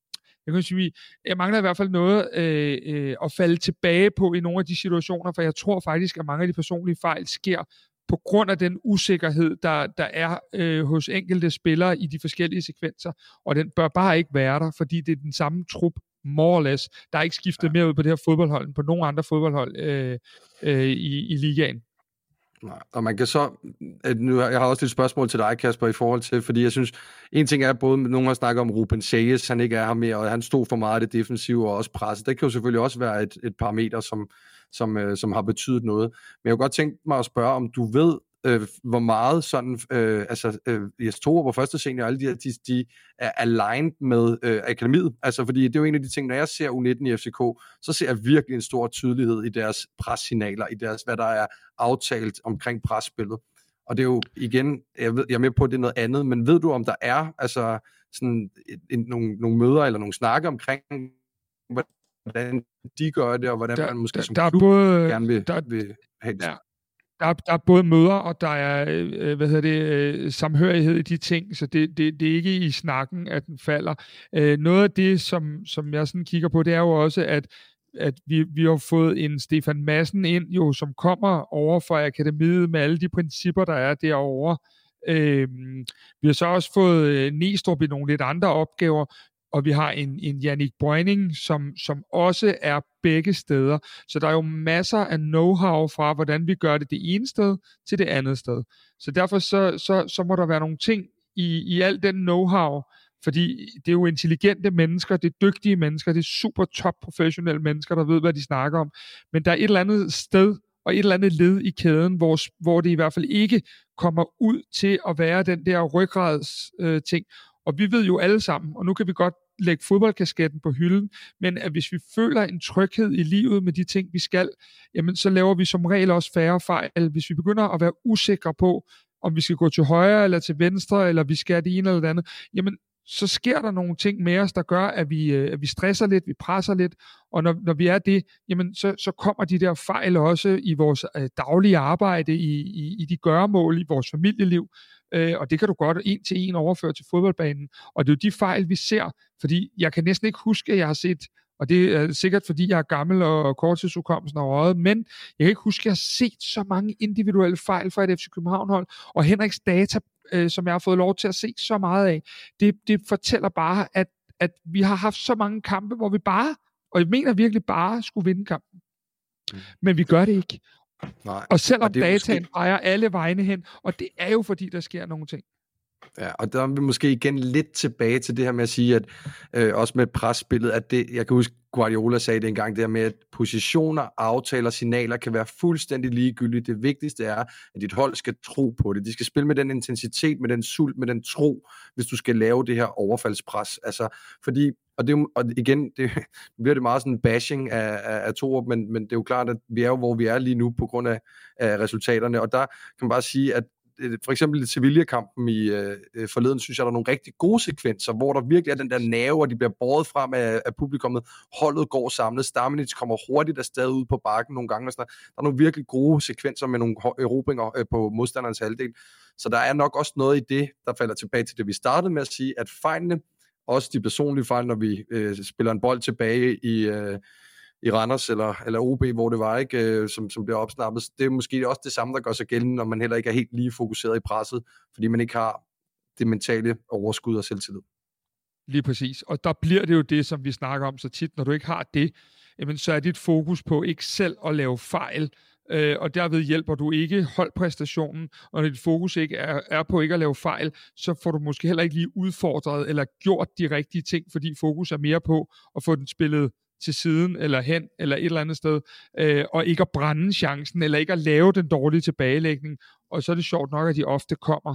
Jeg mangler i hvert fald noget at falde tilbage på i nogle af de situationer, for jeg tror faktisk, at mange af de personlige fejl sker på grund af den usikkerhed, der er hos enkelte spillere i de forskellige sekvenser, og den bør bare ikke være der, fordi det er den samme trup, more or less. Der er ikke skiftet mere ud på det her fodboldhold, end på nogen andre fodboldhold i ligaen. Nej, og man kan så, nu, jeg har også et spørgsmål til dig, Kasper, i forhold til, fordi jeg synes, en ting er, både nogen har snakket om Ruben Sayes, han ikke er her mere, og han stod for meget af det defensive og også presset. Det kan jo selvfølgelig også være et parameter, som har betydet noget. Men jeg kunne godt tænke mig at spørge, om du ved, hvor meget sådan, Jes Torup og første senior, alle de er aligned med akademiet. Altså, fordi det er jo en af de ting, når jeg ser U19 i FCK, så ser jeg virkelig en stor tydelighed i deres pressignaler, i deres, hvad der er aftalt omkring presspillet. Og det er jo igen, jeg er med på, at det er noget andet, men ved du, om der er altså sådan nogle møder eller nogle snakke omkring, hvordan de gør det, og hvordan man måske som klub gerne vil have det? Der er både møder, og der er samhørighed i de ting, så det er ikke i snakken, at den falder. Noget af det, som jeg sådan kigger på, det er jo også, at vi har fået en Stefan Madsen ind, jo, som kommer over fra akademiet med alle de principper, der er derovre. Vi har så også fået Næstrup i nogle lidt andre opgaver, og vi har en Jannik Brøgning, som også er begge steder. Så der er jo masser af know-how fra, hvordan vi gør det ene sted til det andet sted. Så derfor så må der være nogle ting i al den know-how, fordi det er jo intelligente mennesker, det er dygtige mennesker, det er super top professionelle mennesker, der ved, hvad de snakker om. Men der er et eller andet sted, og et eller andet led i kæden, hvor det i hvert fald ikke kommer ud til at være den der ryggrads ting. Og vi ved jo alle sammen, og nu kan vi godt lægge fodboldkasketten på hylden, men at hvis vi føler en tryghed i livet med de ting, vi skal, jamen så laver vi som regel også færre fejl. Hvis vi begynder at være usikre på, om vi skal gå til højre eller til venstre, eller vi skal det ene eller det andet, jamen så sker der nogle ting med os, der gør, at vi stresser lidt, vi presser lidt, og når vi er det, jamen så kommer de der fejl også i vores daglige arbejde, i de gøremål, i vores familieliv, og det kan du godt en til en overføre til fodboldbanen, og det er jo de fejl, vi ser, fordi jeg kan næsten ikke huske, at jeg har set, og det er sikkert, fordi jeg er gammel og korttidsudkommelsen er røget, men jeg kan ikke huske, at jeg har set så mange individuelle fejl fra et FC København-hold, og Henriks data, som jeg har fået lov til at se så meget af, det fortæller bare, at vi har haft så mange kampe, hvor vi bare, og jeg mener virkelig bare, skulle vinde kampen. Men vi gør det ikke. Nej. Og selvom dataen peger alle vegne hen, og det er jo fordi, der sker nogle ting. Ja, og der er vi måske igen lidt tilbage til det her med at sige, at også med presspillet, at det, jeg kan huske, Guardiola sagde det engang, det her med, at positioner, aftaler, signaler kan være fuldstændig ligegyldige. Det vigtigste er, at dit hold skal tro på det. De skal spille med den intensitet, med den sult, med den tro, hvis du skal lave det her overfaldspres. Altså, fordi, og igen, det bliver det meget sådan en bashing af Torup, men det er jo klart, at vi er jo, hvor vi er lige nu, på grund af resultaterne, og der kan man bare sige, at for eksempel i Sevilla-kampen i forleden, synes jeg, der er nogle rigtig gode sekvenser, hvor der virkelig er den der nerve, og de bliver båret frem af publikummet. Holdet går samlet. Stamenic kommer hurtigt afsted ud på bakken nogle gange. Og sådan der er nogle virkelig gode sekvenser med nogle erobringer på modstanderens halvdel. Så der er nok også noget i det, der falder tilbage til det, vi startede med at sige, at fejlene, også de personlige fejl, når vi spiller en bold tilbage i Randers eller OB, hvor det var, ikke, som bliver opsnappet. Det er måske også det samme, der gør sig gældende, når man heller ikke er helt lige fokuseret i presset, fordi man ikke har det mentale overskud og selvtillid. Lige præcis. Og der bliver det jo det, som vi snakker om så tit. Når du ikke har det, jamen, så er dit fokus på ikke selv at lave fejl, og derved hjælper du ikke holdpræstationen, og når dit fokus ikke er på ikke at lave fejl, så får du måske heller ikke lige udfordret eller gjort de rigtige ting, fordi fokus er mere på at få den spillet til siden, eller hen, eller et eller andet sted, og ikke at brænde chancen, eller ikke at lave den dårlige tilbagelægning, og så er det sjovt nok, at de ofte kommer.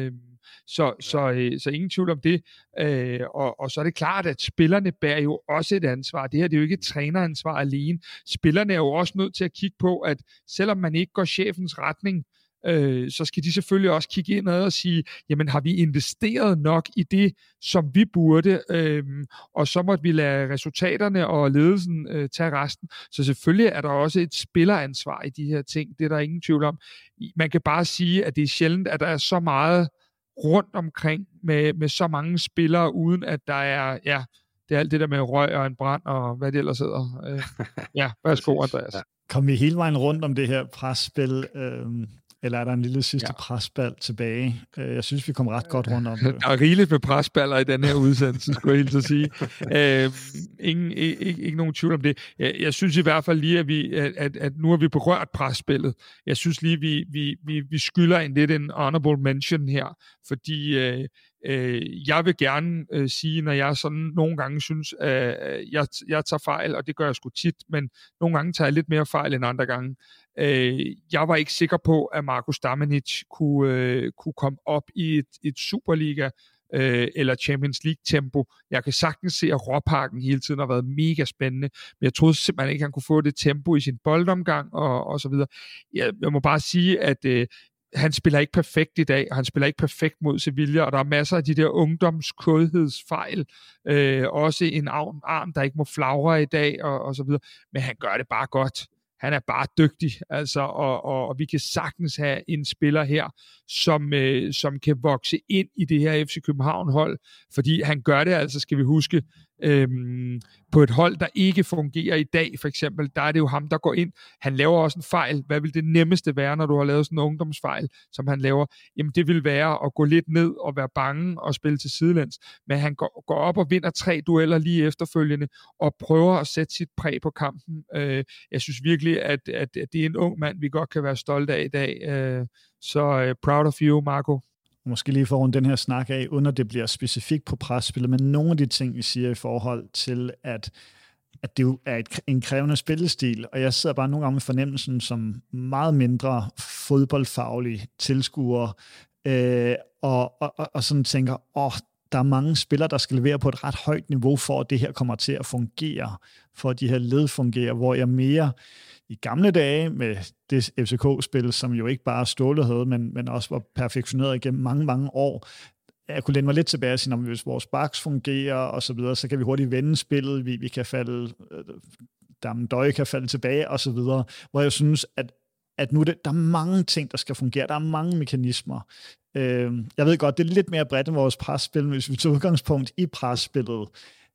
Så ingen tvivl om det, og så er det klart, at spillerne bærer jo også et ansvar. Det her, det er jo ikke et træneransvar alene. Spillerne er jo også nødt til at kigge på, at selvom man ikke går chefens retning, så skal de selvfølgelig også kigge indad og sige, jamen har vi investeret nok i det, som vi burde, og så måtte vi lade resultaterne og ledelsen tage resten. Så selvfølgelig er der også et spilleransvar i de her ting, det er der ingen tvivl om. Man kan bare sige, at det er sjældent, at der er så meget rundt omkring med så mange spillere, uden at der er, ja, det er alt det der med røg og en brand og hvad det ellers hedder. Ja, værsgo, Andreas. Kom vi hele vejen rundt om det her presspil. Eller er der en lille sidste presbal tilbage? Jeg synes, vi kommer ret godt rundt om det. Der er rigeligt med presballer i den her udsendelse, skulle jeg helt så sige. Ikke nogen tvivl om det. Jeg synes i hvert fald lige, at nu har vi berørt presspillet. Jeg synes lige, vi skylder en honorable mention her, fordi jeg vil gerne sige, når jeg sådan nogle gange synes, at jeg tager fejl, og det gør jeg sgu tit, men nogle gange tager jeg lidt mere fejl end andre gange. Jeg var ikke sikker på, at Marko Stamenic kunne komme op i et Superliga eller Champions League tempo. Jeg kan sagtens se, at Råparken hele tiden har været mega spændende, men jeg troede simpelthen ikke, at han kunne få det tempo i sin boldomgang og så videre. Jeg må bare sige, at han spiller ikke perfekt i dag, og han spiller ikke perfekt mod Sevilla, og der er masser af de der ungdomskådhedsfejl, også en arm, der ikke må flagre i dag, og så videre, men han gør det bare godt. Han er bare dygtig, altså, og vi kan sagtens have en spiller her, som kan vokse ind i det her FC København-hold, fordi han gør det, altså skal vi huske, på et hold, der ikke fungerer i dag, for eksempel, der er det jo ham, der går ind. Han laver også en fejl. Hvad vil det nemmeste være, når du har lavet sådan en ungdomsfejl, som han laver? Jamen, det vil være at gå lidt ned og være bange og spille til sidelæns. Men han går op og vinder 3 dueller lige efterfølgende, og prøver at sætte sit præg på kampen. Jeg synes virkelig, at det er en ung mand, vi godt kan være stolte af i dag. Så proud of you, Marco. Måske lige for den her snak af, uden at det bliver specifikt på presspillet, men nogle af de ting, vi siger i forhold til, at det jo er en krævende spillestil, og jeg sidder bare nogle gange med fornemmelsen som meget mindre fodboldfaglig tilskuer, og sådan tænker, der er mange spillere, der skal levere på et ret højt niveau, for at det her kommer til at fungere, for at de her led fungerer, hvor jeg mere i gamle dage med det FCK-spil, som jo ikke bare Ståle havde, men også var perfektioneret igennem mange, mange år. Jeg kunne læne mig lidt tilbage og sige, hvis vores backs fungerer og så videre, så kan vi hurtigt vende spillet, vi kan falde, Døje kan falde tilbage og så videre, hvor jeg synes, at nu der er mange ting, der skal fungere, der er mange mekanismer. Jeg ved godt, det er lidt mere bredt end vores presspil, men hvis vi tager udgangspunkt i presspillet,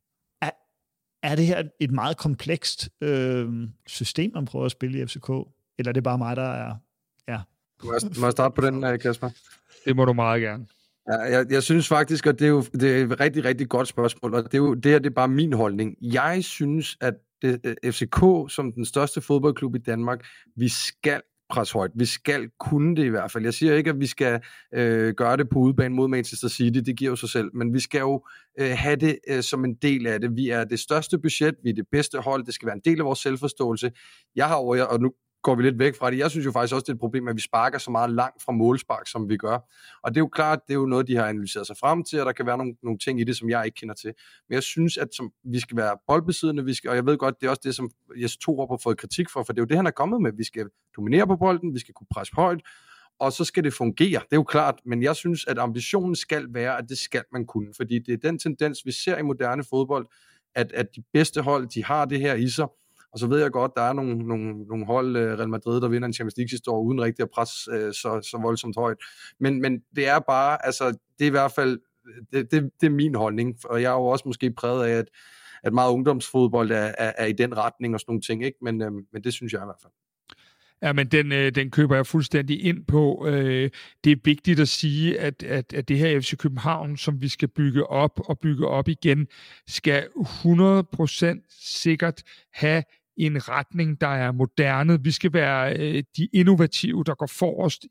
er det her et meget komplekst system, man prøver at spille i FCK? Eller er det bare mig, der er... Ja. Må jeg starte på den, Kasper? Det må du meget gerne. Ja, jeg synes faktisk, at det er et rigtig, rigtig godt spørgsmål, og det her er bare min holdning. Jeg synes, at FCK som den største fodboldklub i Danmark, vi skal presse højt. Vi skal kunne det i hvert fald. Jeg siger ikke, at vi skal gøre det på udebane mod Manchester City, det giver jo sig selv, men vi skal jo have det som en del af det. Vi er det største budget, vi er det bedste hold, det skal være en del af vores selvforståelse. Og nu går vi lidt væk fra det. Jeg synes jo faktisk også, det er et problem, at vi sparker så meget langt fra målspark, som vi gør. Og det er jo klart, det er jo noget, de har analyseret sig frem til, og der kan være nogle ting i det, som jeg ikke kender til. Men jeg synes, at vi skal være boldbesiddende, og jeg ved godt, det er også det, som Jes Torup har fået kritik for det er jo det, han er kommet med. Vi skal dominere på bolden, vi skal kunne presse højt, og så skal det fungere. Det er jo klart, men jeg synes, at ambitionen skal være, at det skal man kunne, fordi det er den tendens, vi ser i moderne fodbold, at de bedste hold, de har det her i sig. Og så ved jeg godt, der er nogle hold, Real Madrid, der vinder en Champions League sidste år, uden rigtig at presse så voldsomt højt. Men det er bare, altså, det er i hvert fald, det er min holdning, og jeg er jo også måske præget af, at meget ungdomsfodbold er i den retning og sådan nogle ting, ikke? Men det synes jeg i hvert fald. Ja, men den køber jeg fuldstændig ind på. Det er vigtigt at sige, at det her FC København, som vi skal bygge op igen, skal 100% sikkert have en retning, der er moderne. Vi skal være de innovative, der går forrest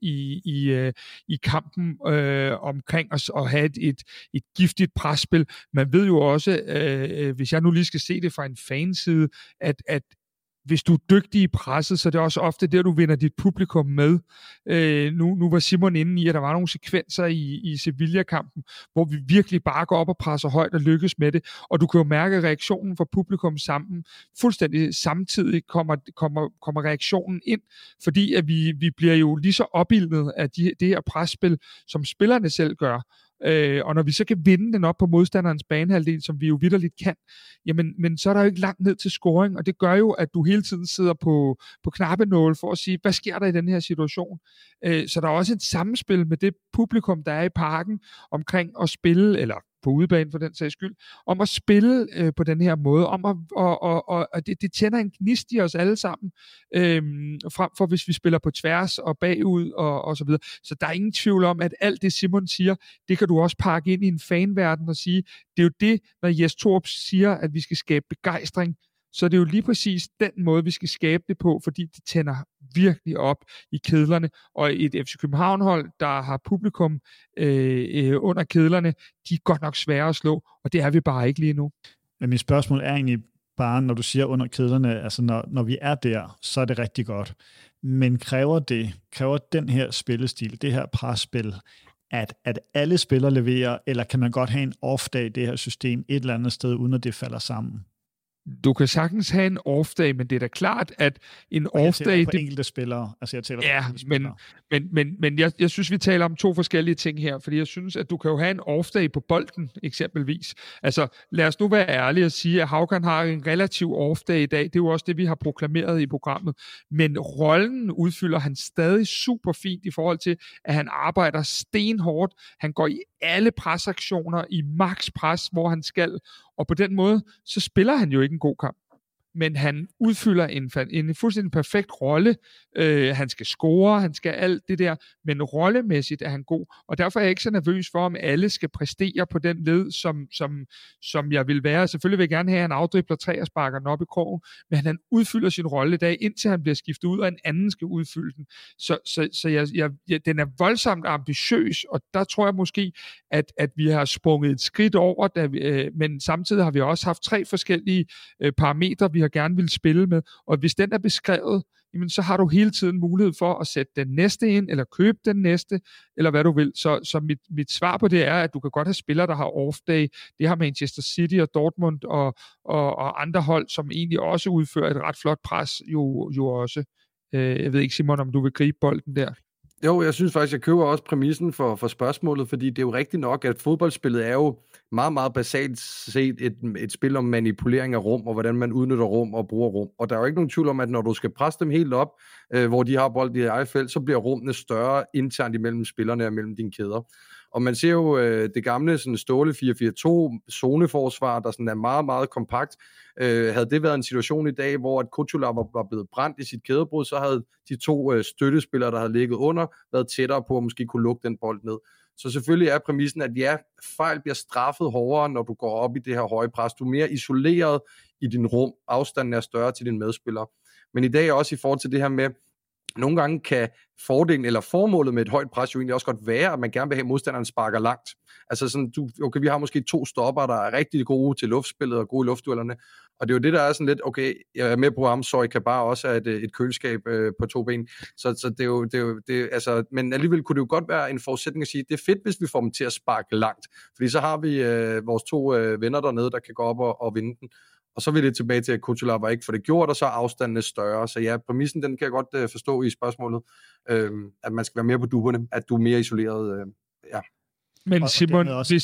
i kampen omkring os og have et giftigt presspil. Man ved jo også, hvis jeg nu lige skal se det fra en fanside, at hvis du er dygtig i presset, så er det også ofte der, du vinder dit publikum med. Nu var Simon inde i, at der var nogle sekvenser i Sevilla-kampen, hvor vi virkelig bare går op og presser højt og lykkes med det. Og du kan jo mærke reaktionen fra publikum sammen. Fuldstændig samtidig kommer reaktionen ind, fordi at vi bliver jo lige så opildnet af det her presspil, som spillerne selv gør. Og når vi så kan vinde den op på modstanderens banehalvdel, som vi jo vitterligt kan, men så er der jo ikke langt ned til scoring, og det gør jo, at du hele tiden sidder på knappenål for at sige, hvad sker der i den her situation? Så der er også et samspil med det publikum, der er i parken, omkring at spille, eller på udebane for den sags skyld, om at spille på den her måde, om at det tænder en gnist i os alle sammen, frem for hvis vi spiller på tværs og bagud og så videre. Så der er ingen tvivl om, at alt det Simon siger, det kan du også pakke ind i en fanverden og sige, det er jo det, når Jes Torup siger, at vi skal skabe begejstring, så det er jo lige præcis den måde, vi skal skabe det på, fordi det tænder virkelig op i kedlerne. Og et FC København-hold, der har publikum under kedlerne, de er godt nok svære at slå, og det er vi bare ikke lige nu. Men mit spørgsmål er egentlig bare, når du siger under kedlerne, altså når vi er der, så er det rigtig godt. Men kræver den her spillestil, det her presspil, at alle spillere leverer, eller kan man godt have en off-dag i det her system et eller andet sted, uden at det falder sammen? Du kan sagtens have en off-dag, men det er da klart, at en off-day... Jeg taler på enkelte spillere. Altså, jeg taler ja, men jeg synes, vi taler om to forskellige ting her, fordi jeg synes, at du kan jo have en off-day på bolden, eksempelvis. Altså, lad os nu være ærlige og sige, at Haugan har en relativ off-day i dag. Det er jo også det, vi har proklameret i programmet. Men rollen udfylder han stadig super fint i forhold til, at han arbejder stenhårdt. Han går i alle presaktioner i max pres, hvor han skal, og på den måde, så spiller han jo ikke en god kamp. Men han udfylder en fuldstændig perfekt rolle. Han skal score, han skal alt det der, men rollemæssigt er han god, og derfor er jeg ikke så nervøs for, om alle skal præstere på den led, som jeg vil være. Selvfølgelig vil jeg gerne have, at han afdribler 3 og sparker den op i krogen, men han udfylder sin rolle i dag, indtil han bliver skiftet ud, og en anden skal udfylde den. Så den er voldsomt ambitiøs, og der tror jeg måske, at vi har sprunget et skridt over, men samtidig har vi også haft 3 forskellige parametre, vi har gerne vil spille med, og hvis den er beskrevet, jamen, så har du hele tiden mulighed for at sætte den næste ind, eller købe den næste, eller hvad du vil. Så mit svar på det er, at du kan godt have spillere, der har off-day. Det har Manchester City og Dortmund og andre hold, som egentlig også udfører et ret flot pres, jo også. Jeg ved ikke, Simon, om du vil gribe bolden der? Jo, jeg synes faktisk, jeg køber også præmissen for spørgsmålet, fordi det er jo rigtigt nok, at fodboldspillet er jo meget, meget basalt set et spil om manipulering af rum, og hvordan man udnytter rum og bruger rum. Og der er jo ikke nogen tvivl om, at når du skal presse dem helt op, hvor de har bolden i eget felt, så bliver rummene større internt imellem spillerne og mellem dine kæder. Og man ser jo det gamle sådan Ståle 4-4-2 zoneforsvar, der sådan er meget, meget kompakt. Havde det været en situation i dag, hvor at Kutula var blevet brændt i sit kædebrud, så havde de 2 støttespillere, der havde ligget under, været tættere på at måske kunne lukke den bold ned. Så selvfølgelig er præmissen, at ja, fejl bliver straffet hårdere, når du går op i det her høje pres. Du er mere isoleret i din rum. Afstanden er større til dine medspillere. Men i dag også i forhold til det her med, nogle gange kan fordelen eller formålet med et højt pres jo egentlig også godt være, at man gerne vil have modstanderen sparker langt. Altså sådan, vi har måske 2 stopper, der er rigtig gode til luftspillet og gode i luftduellerne, og det er jo det, der er sådan lidt, okay, jeg er med på ham, så I kan bare også have et køleskab på 2 ben, så det er jo altså, men alligevel kunne det jo godt være en forudsætning at sige, det er fedt, hvis vi får dem til at sparke langt, fordi så har vi vores 2 venner dernede, der kan gå op og vinde den. Og så vil det tilbage til, at Kutula ikke får det gjort, og så er afstanden større. Så ja, præmissen, den kan jeg godt forstå i spørgsmålet, at man skal være mere på dupperne, at du er mere isoleret. Ja. Men Simon,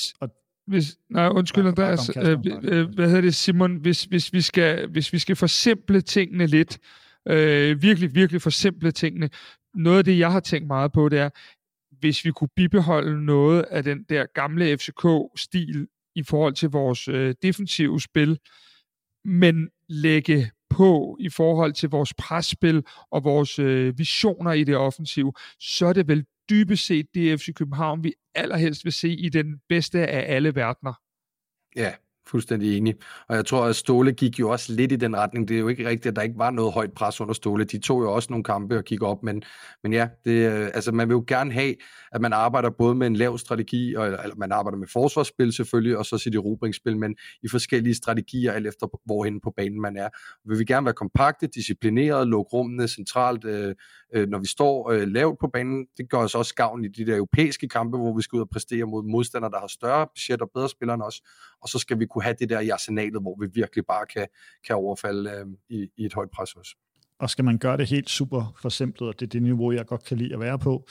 undskyld Andreas, hvad hedder det, Simon, hvis vi skal forsimple tingene lidt, virkelig, virkelig forsimple tingene, noget af det, jeg har tænkt meget på, det er, hvis vi kunne bibeholde noget af den der gamle FCK-stil i forhold til vores defensive spil, men lægge på i forhold til vores presspil og vores visioner i det offensive, så er det vel dybest set det FC København, vi allerhelst vil se i den bedste af alle verdener. Ja, fuldstændig enig. Og jeg tror, at Ståle gik jo også lidt i den retning. Det er jo ikke rigtigt, at der ikke var noget højt pres under Ståle. De tog jo også nogle kampe og kiggede op, men ja, altså man vil jo gerne have, at man arbejder både med en lav strategi, eller man arbejder med forsvarsspil selvfølgelig, og så sit erobringsspil, men i forskellige strategier, alt efter hvorhen på banen man er. Vi vil gerne være kompakte, disciplineret, lukke rummene centralt, når vi står lavt på banen. Det gør os også gavn i de der europæiske kampe, hvor vi skal ud og præstere mod modstandere, der har større budget og bedre spillere end os, og så skal vi kunne have det der i arsenalet, hvor vi virkelig bare kan overfalde i et højt pres også. Og skal man gøre det helt super forsimplet, og det er det niveau, jeg godt kan lide at være på,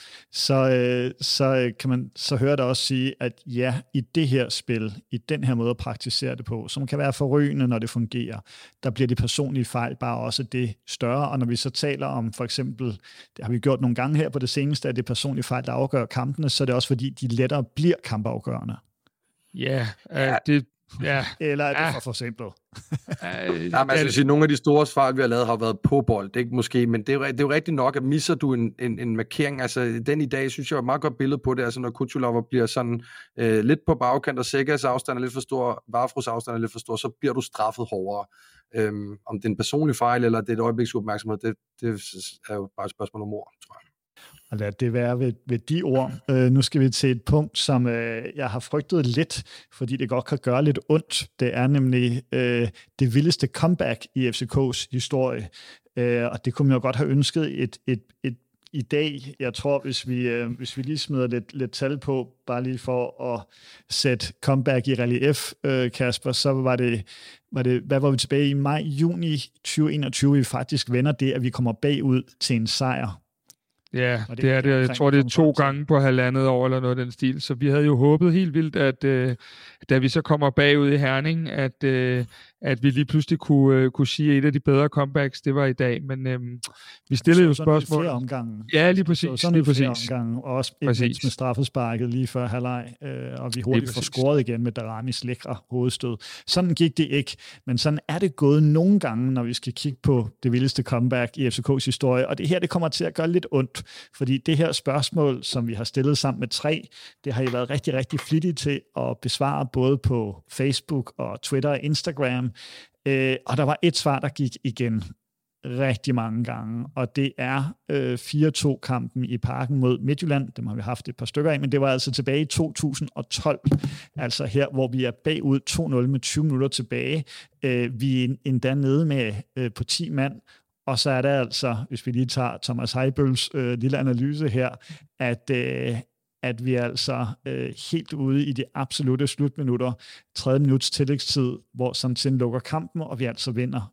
så kan man så høre dig også sige, at ja, i det her spil, i den her måde at praktisere det på, som kan være forrygende, når det fungerer, der bliver de personlige fejl bare også det større, og når vi så taler om for eksempel, det har vi gjort nogle gange her på det seneste, at det personlige fejl, der afgør kampene, så er det også fordi, de lettere bliver kampafgørende. det... Ja. Eller er det for simpelt? Nogle af de store fejl, vi har lavet, har været på bold, det er ikke måske, men det er jo rigtigt nok, at misser du en markering, altså den i dag, synes jeg er et meget godt billede på det, altså når Kuchulova bliver sådan lidt på bagkant, og Segas afstand er lidt for stor, Vafros afstand er lidt for stor, så bliver du straffet hårdere. Om det er en personlig fejl, eller det er et øjebliks opmærksomhed, det er jo bare et spørgsmål om ord, tror jeg. Og lad det være ved de ord. Nu skal vi til et punkt, som jeg har frygtet lidt, fordi det godt kan gøre lidt ondt. Det er nemlig det vildeste comeback i FCK's historie. Og det kunne man jo godt have ønsket et i dag. Jeg tror, hvis vi lige smider lidt tal på, bare lige for at sætte comeback i relief, Kasper, så var det, hvad var vi tilbage i maj-juni 2021, vi faktisk vender det, at vi kommer bagud til en sejr. Ja, det er det. Jeg tror, det er 2 gange på 1,5 år eller noget af den stil. Så vi havde jo håbet helt vildt, at da vi så kommer bagud i Herning, at vi lige pludselig kunne sige, at et af de bedre comebacks, det var i dag. Men vi stillede jo spørgsmål. Flere omgange. Ja, lige præcis. Så sådan flere omgange, og også med straffesparket lige før halvleg, og vi hurtigt får scoret igen med Daramis lækre hovedstød. Sådan gik det ikke, men sådan er det gået nogle gange, når vi skal kigge på det vildeste comeback i FCK's historie, og det her, det kommer til at gøre lidt ondt, fordi det her spørgsmål, som vi har stillet sammen med 3, det har I været rigtig, rigtig flittige til at besvare, både på Facebook og Twitter og Instagram. Og der var et svar, der gik igen rigtig mange gange, og det er 4-2-kampen i Parken mod Midtjylland. Dem har vi haft et par stykker af, men det var altså tilbage i 2012, altså her, hvor vi er bagud 2-0 med 20 minutter tilbage. Vi er endda nede med på 10 mand, og så er der altså, hvis vi lige tager Thomas Heibøls lille analyse her, at vi er altså helt ude i de absolutte slutminutter, 3. minuts tillægstid, hvor Samtin lukker kampen, og vi altså vinder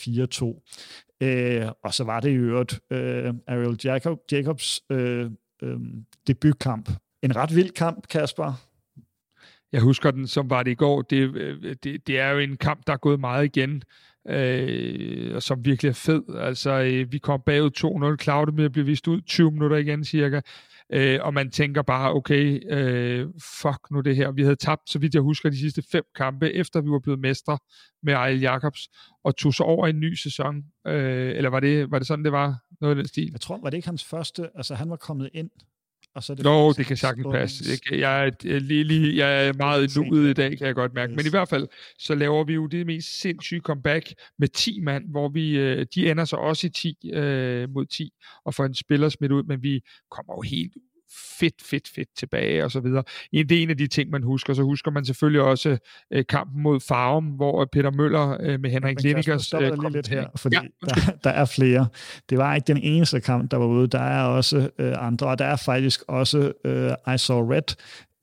4-2. Og så var det i øvrigt Ariel Jacobs debutkamp. En ret vild kamp, Kasper. Jeg husker den, som var det i går. Det er jo en kamp, der er gået meget igen, og som virkelig er fed. Altså, vi kom bagud 2-0, Claude bliver vist ud 20 minutter igen cirka. Og man tænker bare, okay, fuck nu det her. Vi havde tabt, så vidt jeg husker, de sidste 5 kampe, efter vi var blevet mestre med Ariel Jacobs, og tog så over en ny sæson. Eller var det sådan, det var? Noget af den stil? Jeg tror, var det ikke hans første? Altså, han var kommet ind, og så det kan sagtens passe. Jeg er meget nuet i dag, kan jeg godt mærke. Men i hvert fald, så laver vi jo det mest sindssyge comeback med 10 mand, hvor de ender så også i 10 mod 10, og får en spiller smidt ud, men vi kommer jo helt fedt tilbage, og så videre. Det er en af de ting, man husker. Så husker man selvfølgelig også kampen mod Farum, hvor Peter Møller med Henrik Linnigers kom lidt her, fordi der er flere. Det var ikke den eneste kamp, der var ude. Der er også andre, og der er faktisk også I Saw Red,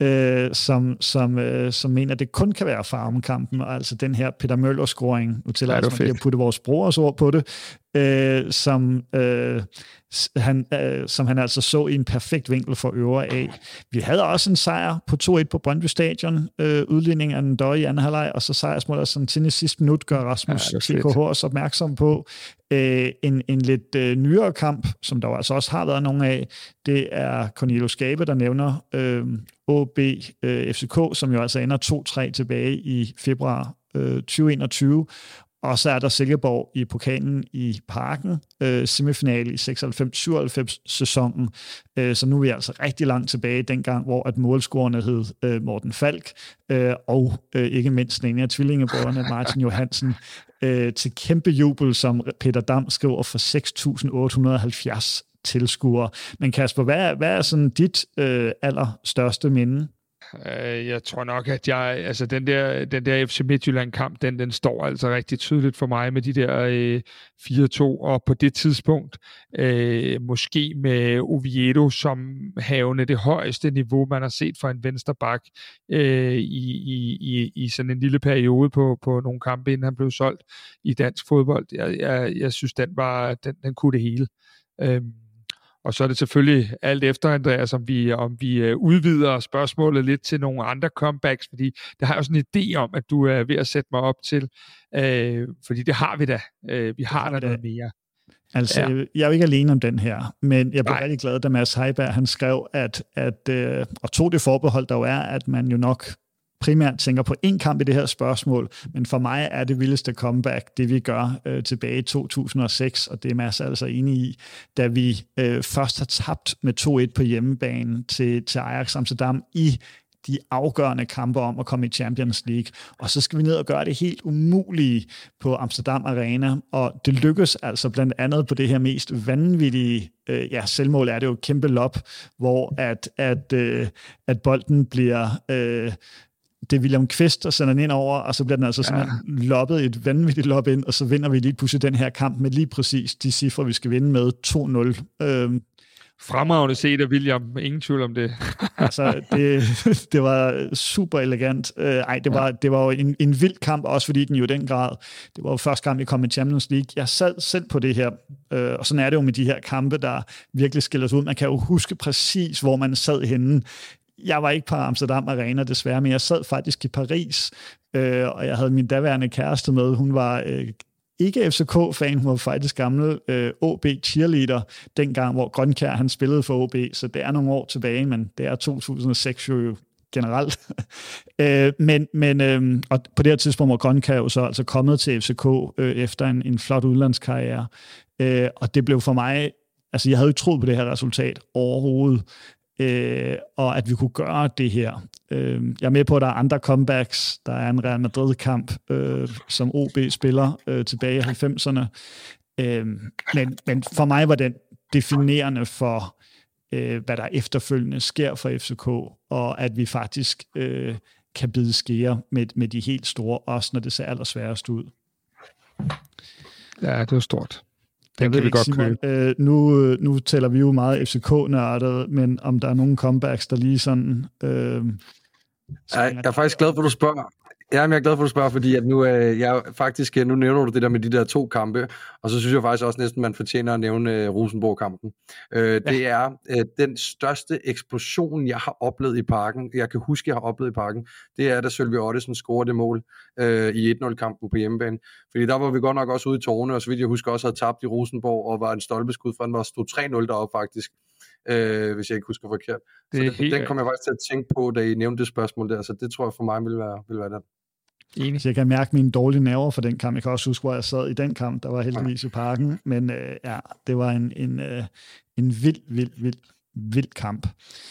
som mener, at det kun kan være Farum-kampen, og altså den her Peter Møller-scoring, nu til at vi har puttet vores brugers ord på det, som han altså så i en perfekt vinkel for øvre af. Vi havde også en sejr på 2-1 på Brøndby Stadion, udligning af den døje i anden halvleg, og så sejrsmål som til sidste minut gør Rasmus TKH også opmærksom på. En lidt nyere kamp, som der altså også har været nogen af, det er Cornelius Gabe, der nævner OB FCK, som jo altså ender 2-3 tilbage i februar 2021. Og så er der Silkeborg i pokalen i Parken, semifinale i 96-97 sæsonen. Så nu er vi altså rigtig langt tilbage, dengang, hvor at målscorerne hed Morten Falk, og ikke mindst den ene af tvillingebrødrene, Martin Johansen, til kæmpe jubel, som Peter Dam skriver, for 6.870 tilskuere. Men Kasper, hvad er sådan dit allerstørste minde? Jeg tror nok, at den der FC Midtjylland-kamp, den står altså rigtig tydeligt for mig med de der 4-2, og på det tidspunkt måske med Oviedo som havende det højeste niveau, man har set for en vensterbak i sådan en lille periode på nogle kampe, inden han blev solgt i dansk fodbold. Jeg synes, den kunne det hele. Og så er det selvfølgelig alt efter, Andreas, om vi udvider spørgsmålet lidt til nogle andre comebacks, fordi det har jeg også en idé om, at du er ved at sætte mig op til, fordi det har vi da. Vi har da noget mere. Altså, jeg er jo ikke alene om den her, men jeg blev rigtig glad, da Mads Heiberg, han skrev, at og tog det forbehold, der jo er, at man jo nok primært tænker på én kamp i det her spørgsmål, men for mig er det vildeste comeback, det vi gør tilbage i 2006, og det er Mads altså enig i, da vi først har tabt med 2-1 på hjemmebane til Ajax Amsterdam i de afgørende kampe om at komme i Champions League. Og så skal vi ned og gøre det helt umulige på Amsterdam Arena, og det lykkes altså blandt andet på det her mest vanvittige, selvmål er det jo et kæmpe lob, hvor at bolden bliver... det er William Kvist, der sender den ind over, og så bliver den altså simpelthen loppet et vanvittigt lop ind, og så vinder vi lige pludselig den her kamp med lige præcis de cifre, vi skal vinde med 2-0. Fremragende set af William, ingen tvivl om det. Altså, det var super elegant. Det var jo en vild kamp, også fordi den jo i den grad, det var jo første gang, vi kom i Champions League. Jeg sad selv på det her, og sådan er det jo med de her kampe, der virkelig skiller sig ud. Man kan jo huske præcis, hvor man sad henne. Jeg var ikke på Amsterdam Arena desværre, men jeg sad faktisk i Paris, og jeg havde min daværende kæreste med. Hun var ikke FCK-fan, hun var faktisk gammel OB cheerleader, dengang, hvor Grønkjær han spillede for OB, så det er nogle år tilbage, men det er 2006 jo generelt. Og på det her tidspunkt var Grønkjær jo så altså kommet til FCK efter en flot udlandskarriere, og det blev for mig, altså jeg havde jo ikke troet på det her resultat overhovedet, og at vi kunne gøre det her. Jeg er med på, at der er andre comebacks. Der er en Real Madrid-kamp, som OB spiller tilbage i 90'erne. Men for mig var den definerende for, hvad der efterfølgende sker for FCK, og at vi faktisk kan bide skære med de helt store, også når det ser allersværest ud. Ja, det var stort. Det ved vi godt, Simon, nu tæller vi jo meget FCK-nørdet, men om der er nogle comebacks, der lige sådan... jeg er faktisk glad for, at du spørger. Jeg er glad for, at du spørger, fordi at nu nævner du det der med de der 2 kampe, og så synes jeg faktisk også næsten, man fortjener at nævne Rosenborg-kampen. Det er den største eksplosion, jeg har oplevet i parken. Jeg kan huske, jeg har oplevet i parken. Det er, da Sølvi Ottesen scorer det mål i 1-0-kampen på hjemmebane. Fordi der var vi godt nok også ude i tårne, og så vidt jeg husker også havde tabt i Rosenborg, og var en stolpeskud fra, den var stod 3-0 deroppe faktisk. Hvis jeg ikke husker forkert. Den kom jeg faktisk til at tænke på, da I nævnte det spørgsmål der, så det tror jeg for mig vil være den. Enig. Så jeg kan mærke mine dårlige nerver for den kamp. Jeg kan også huske, hvor jeg sad i den kamp. Der var heldigvis i parken, men det var en vild kamp.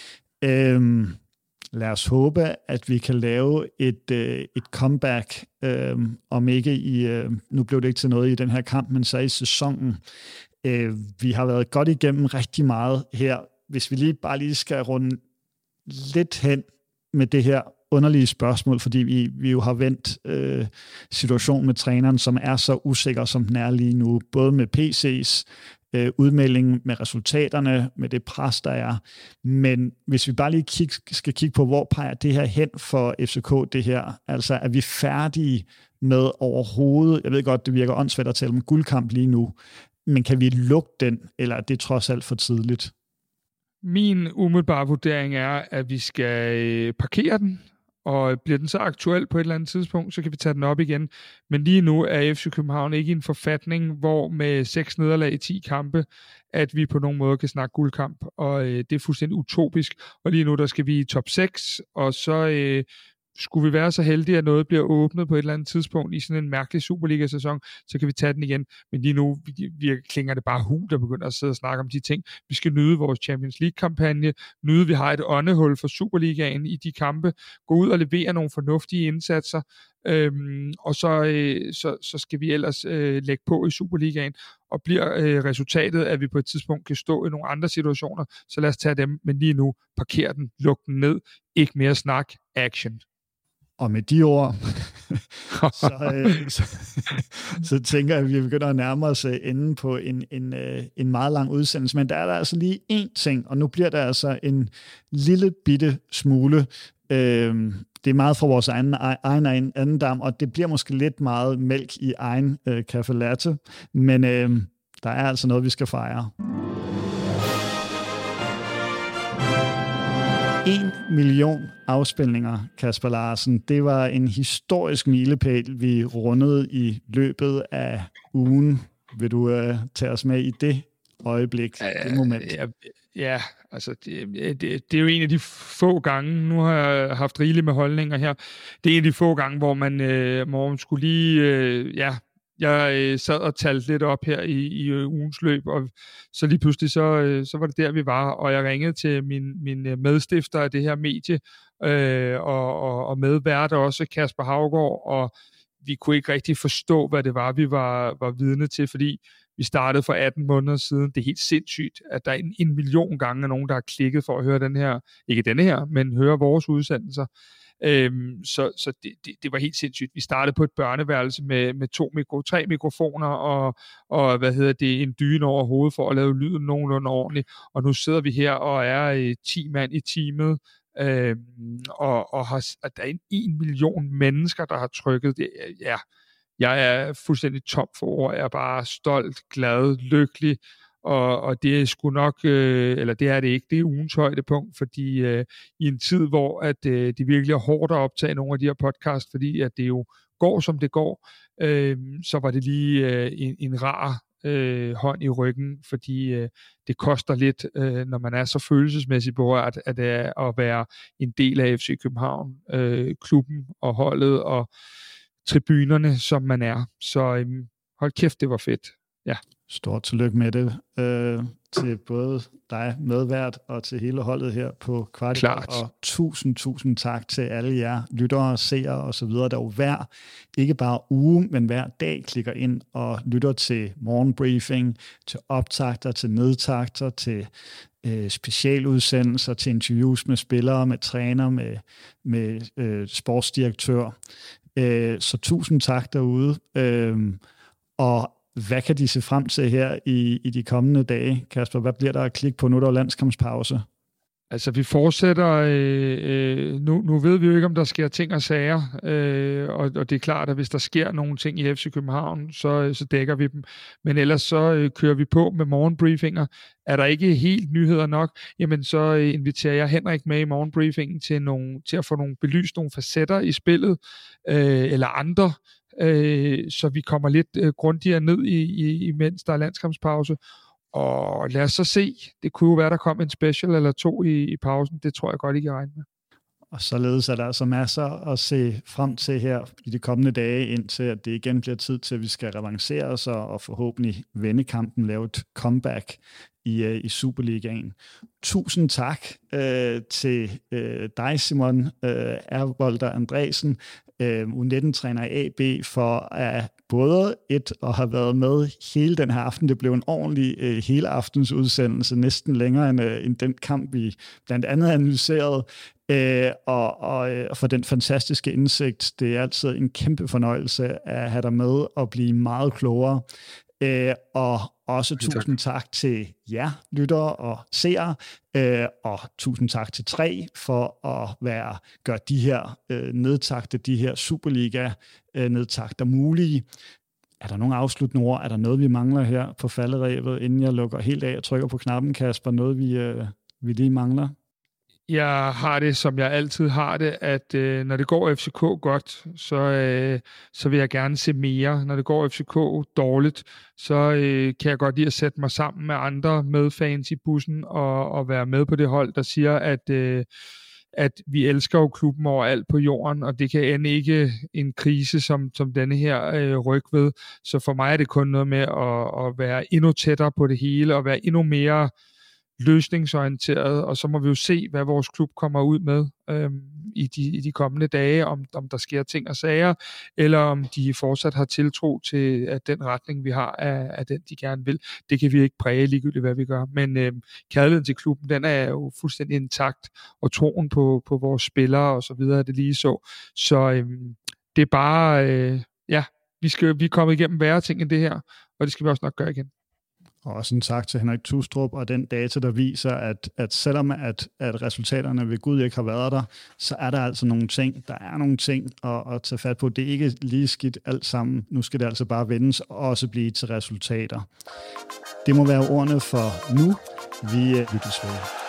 Lad os håbe, at vi kan lave et comeback, om ikke i, nu blev det ikke til noget i den her kamp, men så i sæsonen. Vi har været godt igennem rigtig meget her. Hvis vi bare lige skal runde lidt hen med det her underlige spørgsmål, fordi vi jo har vendt situationen med træneren, som er så usikker, som den er lige nu, både med PC's udmelding, med resultaterne, med det pres, der er. Men hvis vi bare lige skal kigge på, hvor peger det her hen for FCK, det her, altså er vi færdige med overhovedet, jeg ved godt, det virker åndssvagt at tale om guldkamp lige nu, men kan vi lukke den, eller er det trods alt for tidligt? Min umiddelbare vurdering er, at vi skal parkere den, og bliver den så aktuel på et eller andet tidspunkt, så kan vi tage den op igen. Men lige nu er FC København ikke i en forfatning, hvor med 6 nederlag i 10 kampe, at vi på nogen måde kan snakke guldkamp, og det er fuldstændig utopisk. Og lige nu, der skal vi i top 6, og så skulle vi være så heldige, at noget bliver åbnet på et eller andet tidspunkt i sådan en mærkelig Superliga-sæson, så kan vi tage den igen. Men lige nu klinger det bare hul, der begynder at sidde og snakke om de ting. Vi skal nyde vores Champions League-kampagne, nyde, at vi har et åndehul for Superligaen i de kampe, gå ud og levere nogle fornuftige indsatser, og så skal vi ellers lægge på i Superligaen, og bliver resultatet, at vi på et tidspunkt kan stå i nogle andre situationer, så lad os tage dem, men lige nu parker den, luk den ned, ikke mere snak, action. Og med de ord, så tænker jeg, at vi begynder at nærme os enden på en meget lang udsendelse. Men der er der altså lige én ting, og nu bliver der altså en lille bitte smule. Det er meget fra vores egen andendam, og det bliver måske lidt meget mælk i egen caffe latte. Men der er altså noget, vi skal fejre. 1 million afspilninger, Kasper Larsen. Det var en historisk milepæl, vi rundede i løbet af ugen. Vil du tage os med i det øjeblik, det moment? Ja, altså det er jo en af de få gange, nu har jeg haft rigeligt med holdninger her, det er en af de få gange, hvor man skulle lige, jeg sad og talte lidt op her i ugens løb, og så lige pludselig, så var det der, vi var, og jeg ringede til min medstifter af det her medie, og medvært også, Kasper Haugaard, og vi kunne ikke rigtig forstå, hvad det var, vi var vidne til, fordi vi startede for 18 måneder siden. Det er helt sindssygt, at der er 1 million gange er nogen, der har klikket for at høre den her, ikke denne her, men høre vores udsendelser. Så det var helt sindssygt. Vi startede på et børneværelse med 3 mikrofoner og en dyne over hovedet for at lave lyden nogenlunde ordentligt. Og nu sidder vi her og er 10 mand i teamet, og der er 1 million mennesker, der har trykket det. Ja, jeg er fuldstændig tom for ord. Jeg er bare stolt, glad, lykkelig, og det er sgu nok, eller det er det ikke, det er ugens højdepunkt, fordi i en tid, hvor at det virkelig er hårdt at optage nogle af de her podcasts, fordi at det jo går, som det går, så var det lige en rar hånd i ryggen, fordi det koster lidt, når man er så følelsesmæssigt berørt, at være en del af FC København, klubben og holdet og tribunerne, som man er. Så hold kæft, det var fedt. Ja. Stort tillykke med det til både dig, medvært, og til hele holdet her på Kvartibold. Og tusind tak til alle jer lyttere, seere og så videre, der jo ikke bare uge, men hver dag klikker ind og lytter til morgenbriefing, til optakter, til nedtakter, til specialudsendelser, til interviews med spillere, med træner, med sportsdirektør. Så tusind tak derude. Og hvad kan de se frem til her i de kommende dage, Kasper? Hvad bliver der at klikke på? Nu er der landskampspause. Altså, vi fortsætter. Nu ved vi jo ikke, om der sker ting og sager. Og det er klart, at hvis der sker nogle ting i FC København, så dækker vi dem. Men ellers så kører vi på med morgenbriefinger. Er der ikke helt nyheder nok, jamen så inviterer jeg Henrik med i morgenbriefingen til at få belyst nogle facetter i spillet, eller andre, så vi kommer lidt grundigere ned imens der er landskampspause. Og lad os så se. Det kunne jo være, der kom en special eller 2 i pausen. Det tror jeg godt, I kan regne med. Og således er der altså masser at se frem til her i de kommende dage, indtil at det igen bliver tid til, at vi skal revancere os og forhåbentlig vende kampen, lave et comeback i Superligaen. Tusind tak til dig, Simon Ervolter Andresen, U19-træner i AB, for at både at have været med hele den her aften. Det blev en ordentlig hele aftens udsendelse, næsten længere end den kamp, vi blandt andet analyserede, og for den fantastiske indsigt. Det er altid en kæmpe fornøjelse at have dig med og blive meget klogere. Og også tusind tak til jer, lyttere og seere, og tusind tak til 3 for at gøre de her nedtakter, de her Superliga-nedtakter mulige. Er der nogle afsluttende ord? Er der noget, vi mangler her på falderevet, inden jeg lukker helt af og trykker på knappen, Kasper? Noget, vi lige mangler? Jeg har det, som jeg altid har det, at når det går FCK godt, så vil jeg gerne se mere. Når det går FCK dårligt, så kan jeg godt lide at sætte mig sammen med andre medfans i bussen og være med på det hold, der siger, at vi elsker jo klubben overalt på jorden, og det kan ende ikke en krise som denne her ryg ved. Så for mig er det kun noget med at være endnu tættere på det hele, og være endnu mere løsningsorienteret, og så må vi jo se, hvad vores klub kommer ud med i de kommende dage, om der sker ting og sager, eller om de fortsat har tiltro til, at den retning, vi har, er den, de gerne vil. Det kan vi ikke præge ligegyldigt, hvad vi gør. Men kærligheden til klubben, den er jo fuldstændig intakt, og troen på vores spillere og så videre, er det lige så. Så det er bare, vi er kommet igennem værre ting end det her, og det skal vi også nok gøre igen. Og også en tak til Henrik Tustrup og den data, der viser, at selvom at resultaterne ved Gud ikke har været der, så er der altså nogle ting. Der er nogle ting at tage fat på. Det er ikke lige skidt alt sammen. Nu skal det altså bare vendes og også blive til resultater. Det må være ordene for nu. Vi lyttes ved.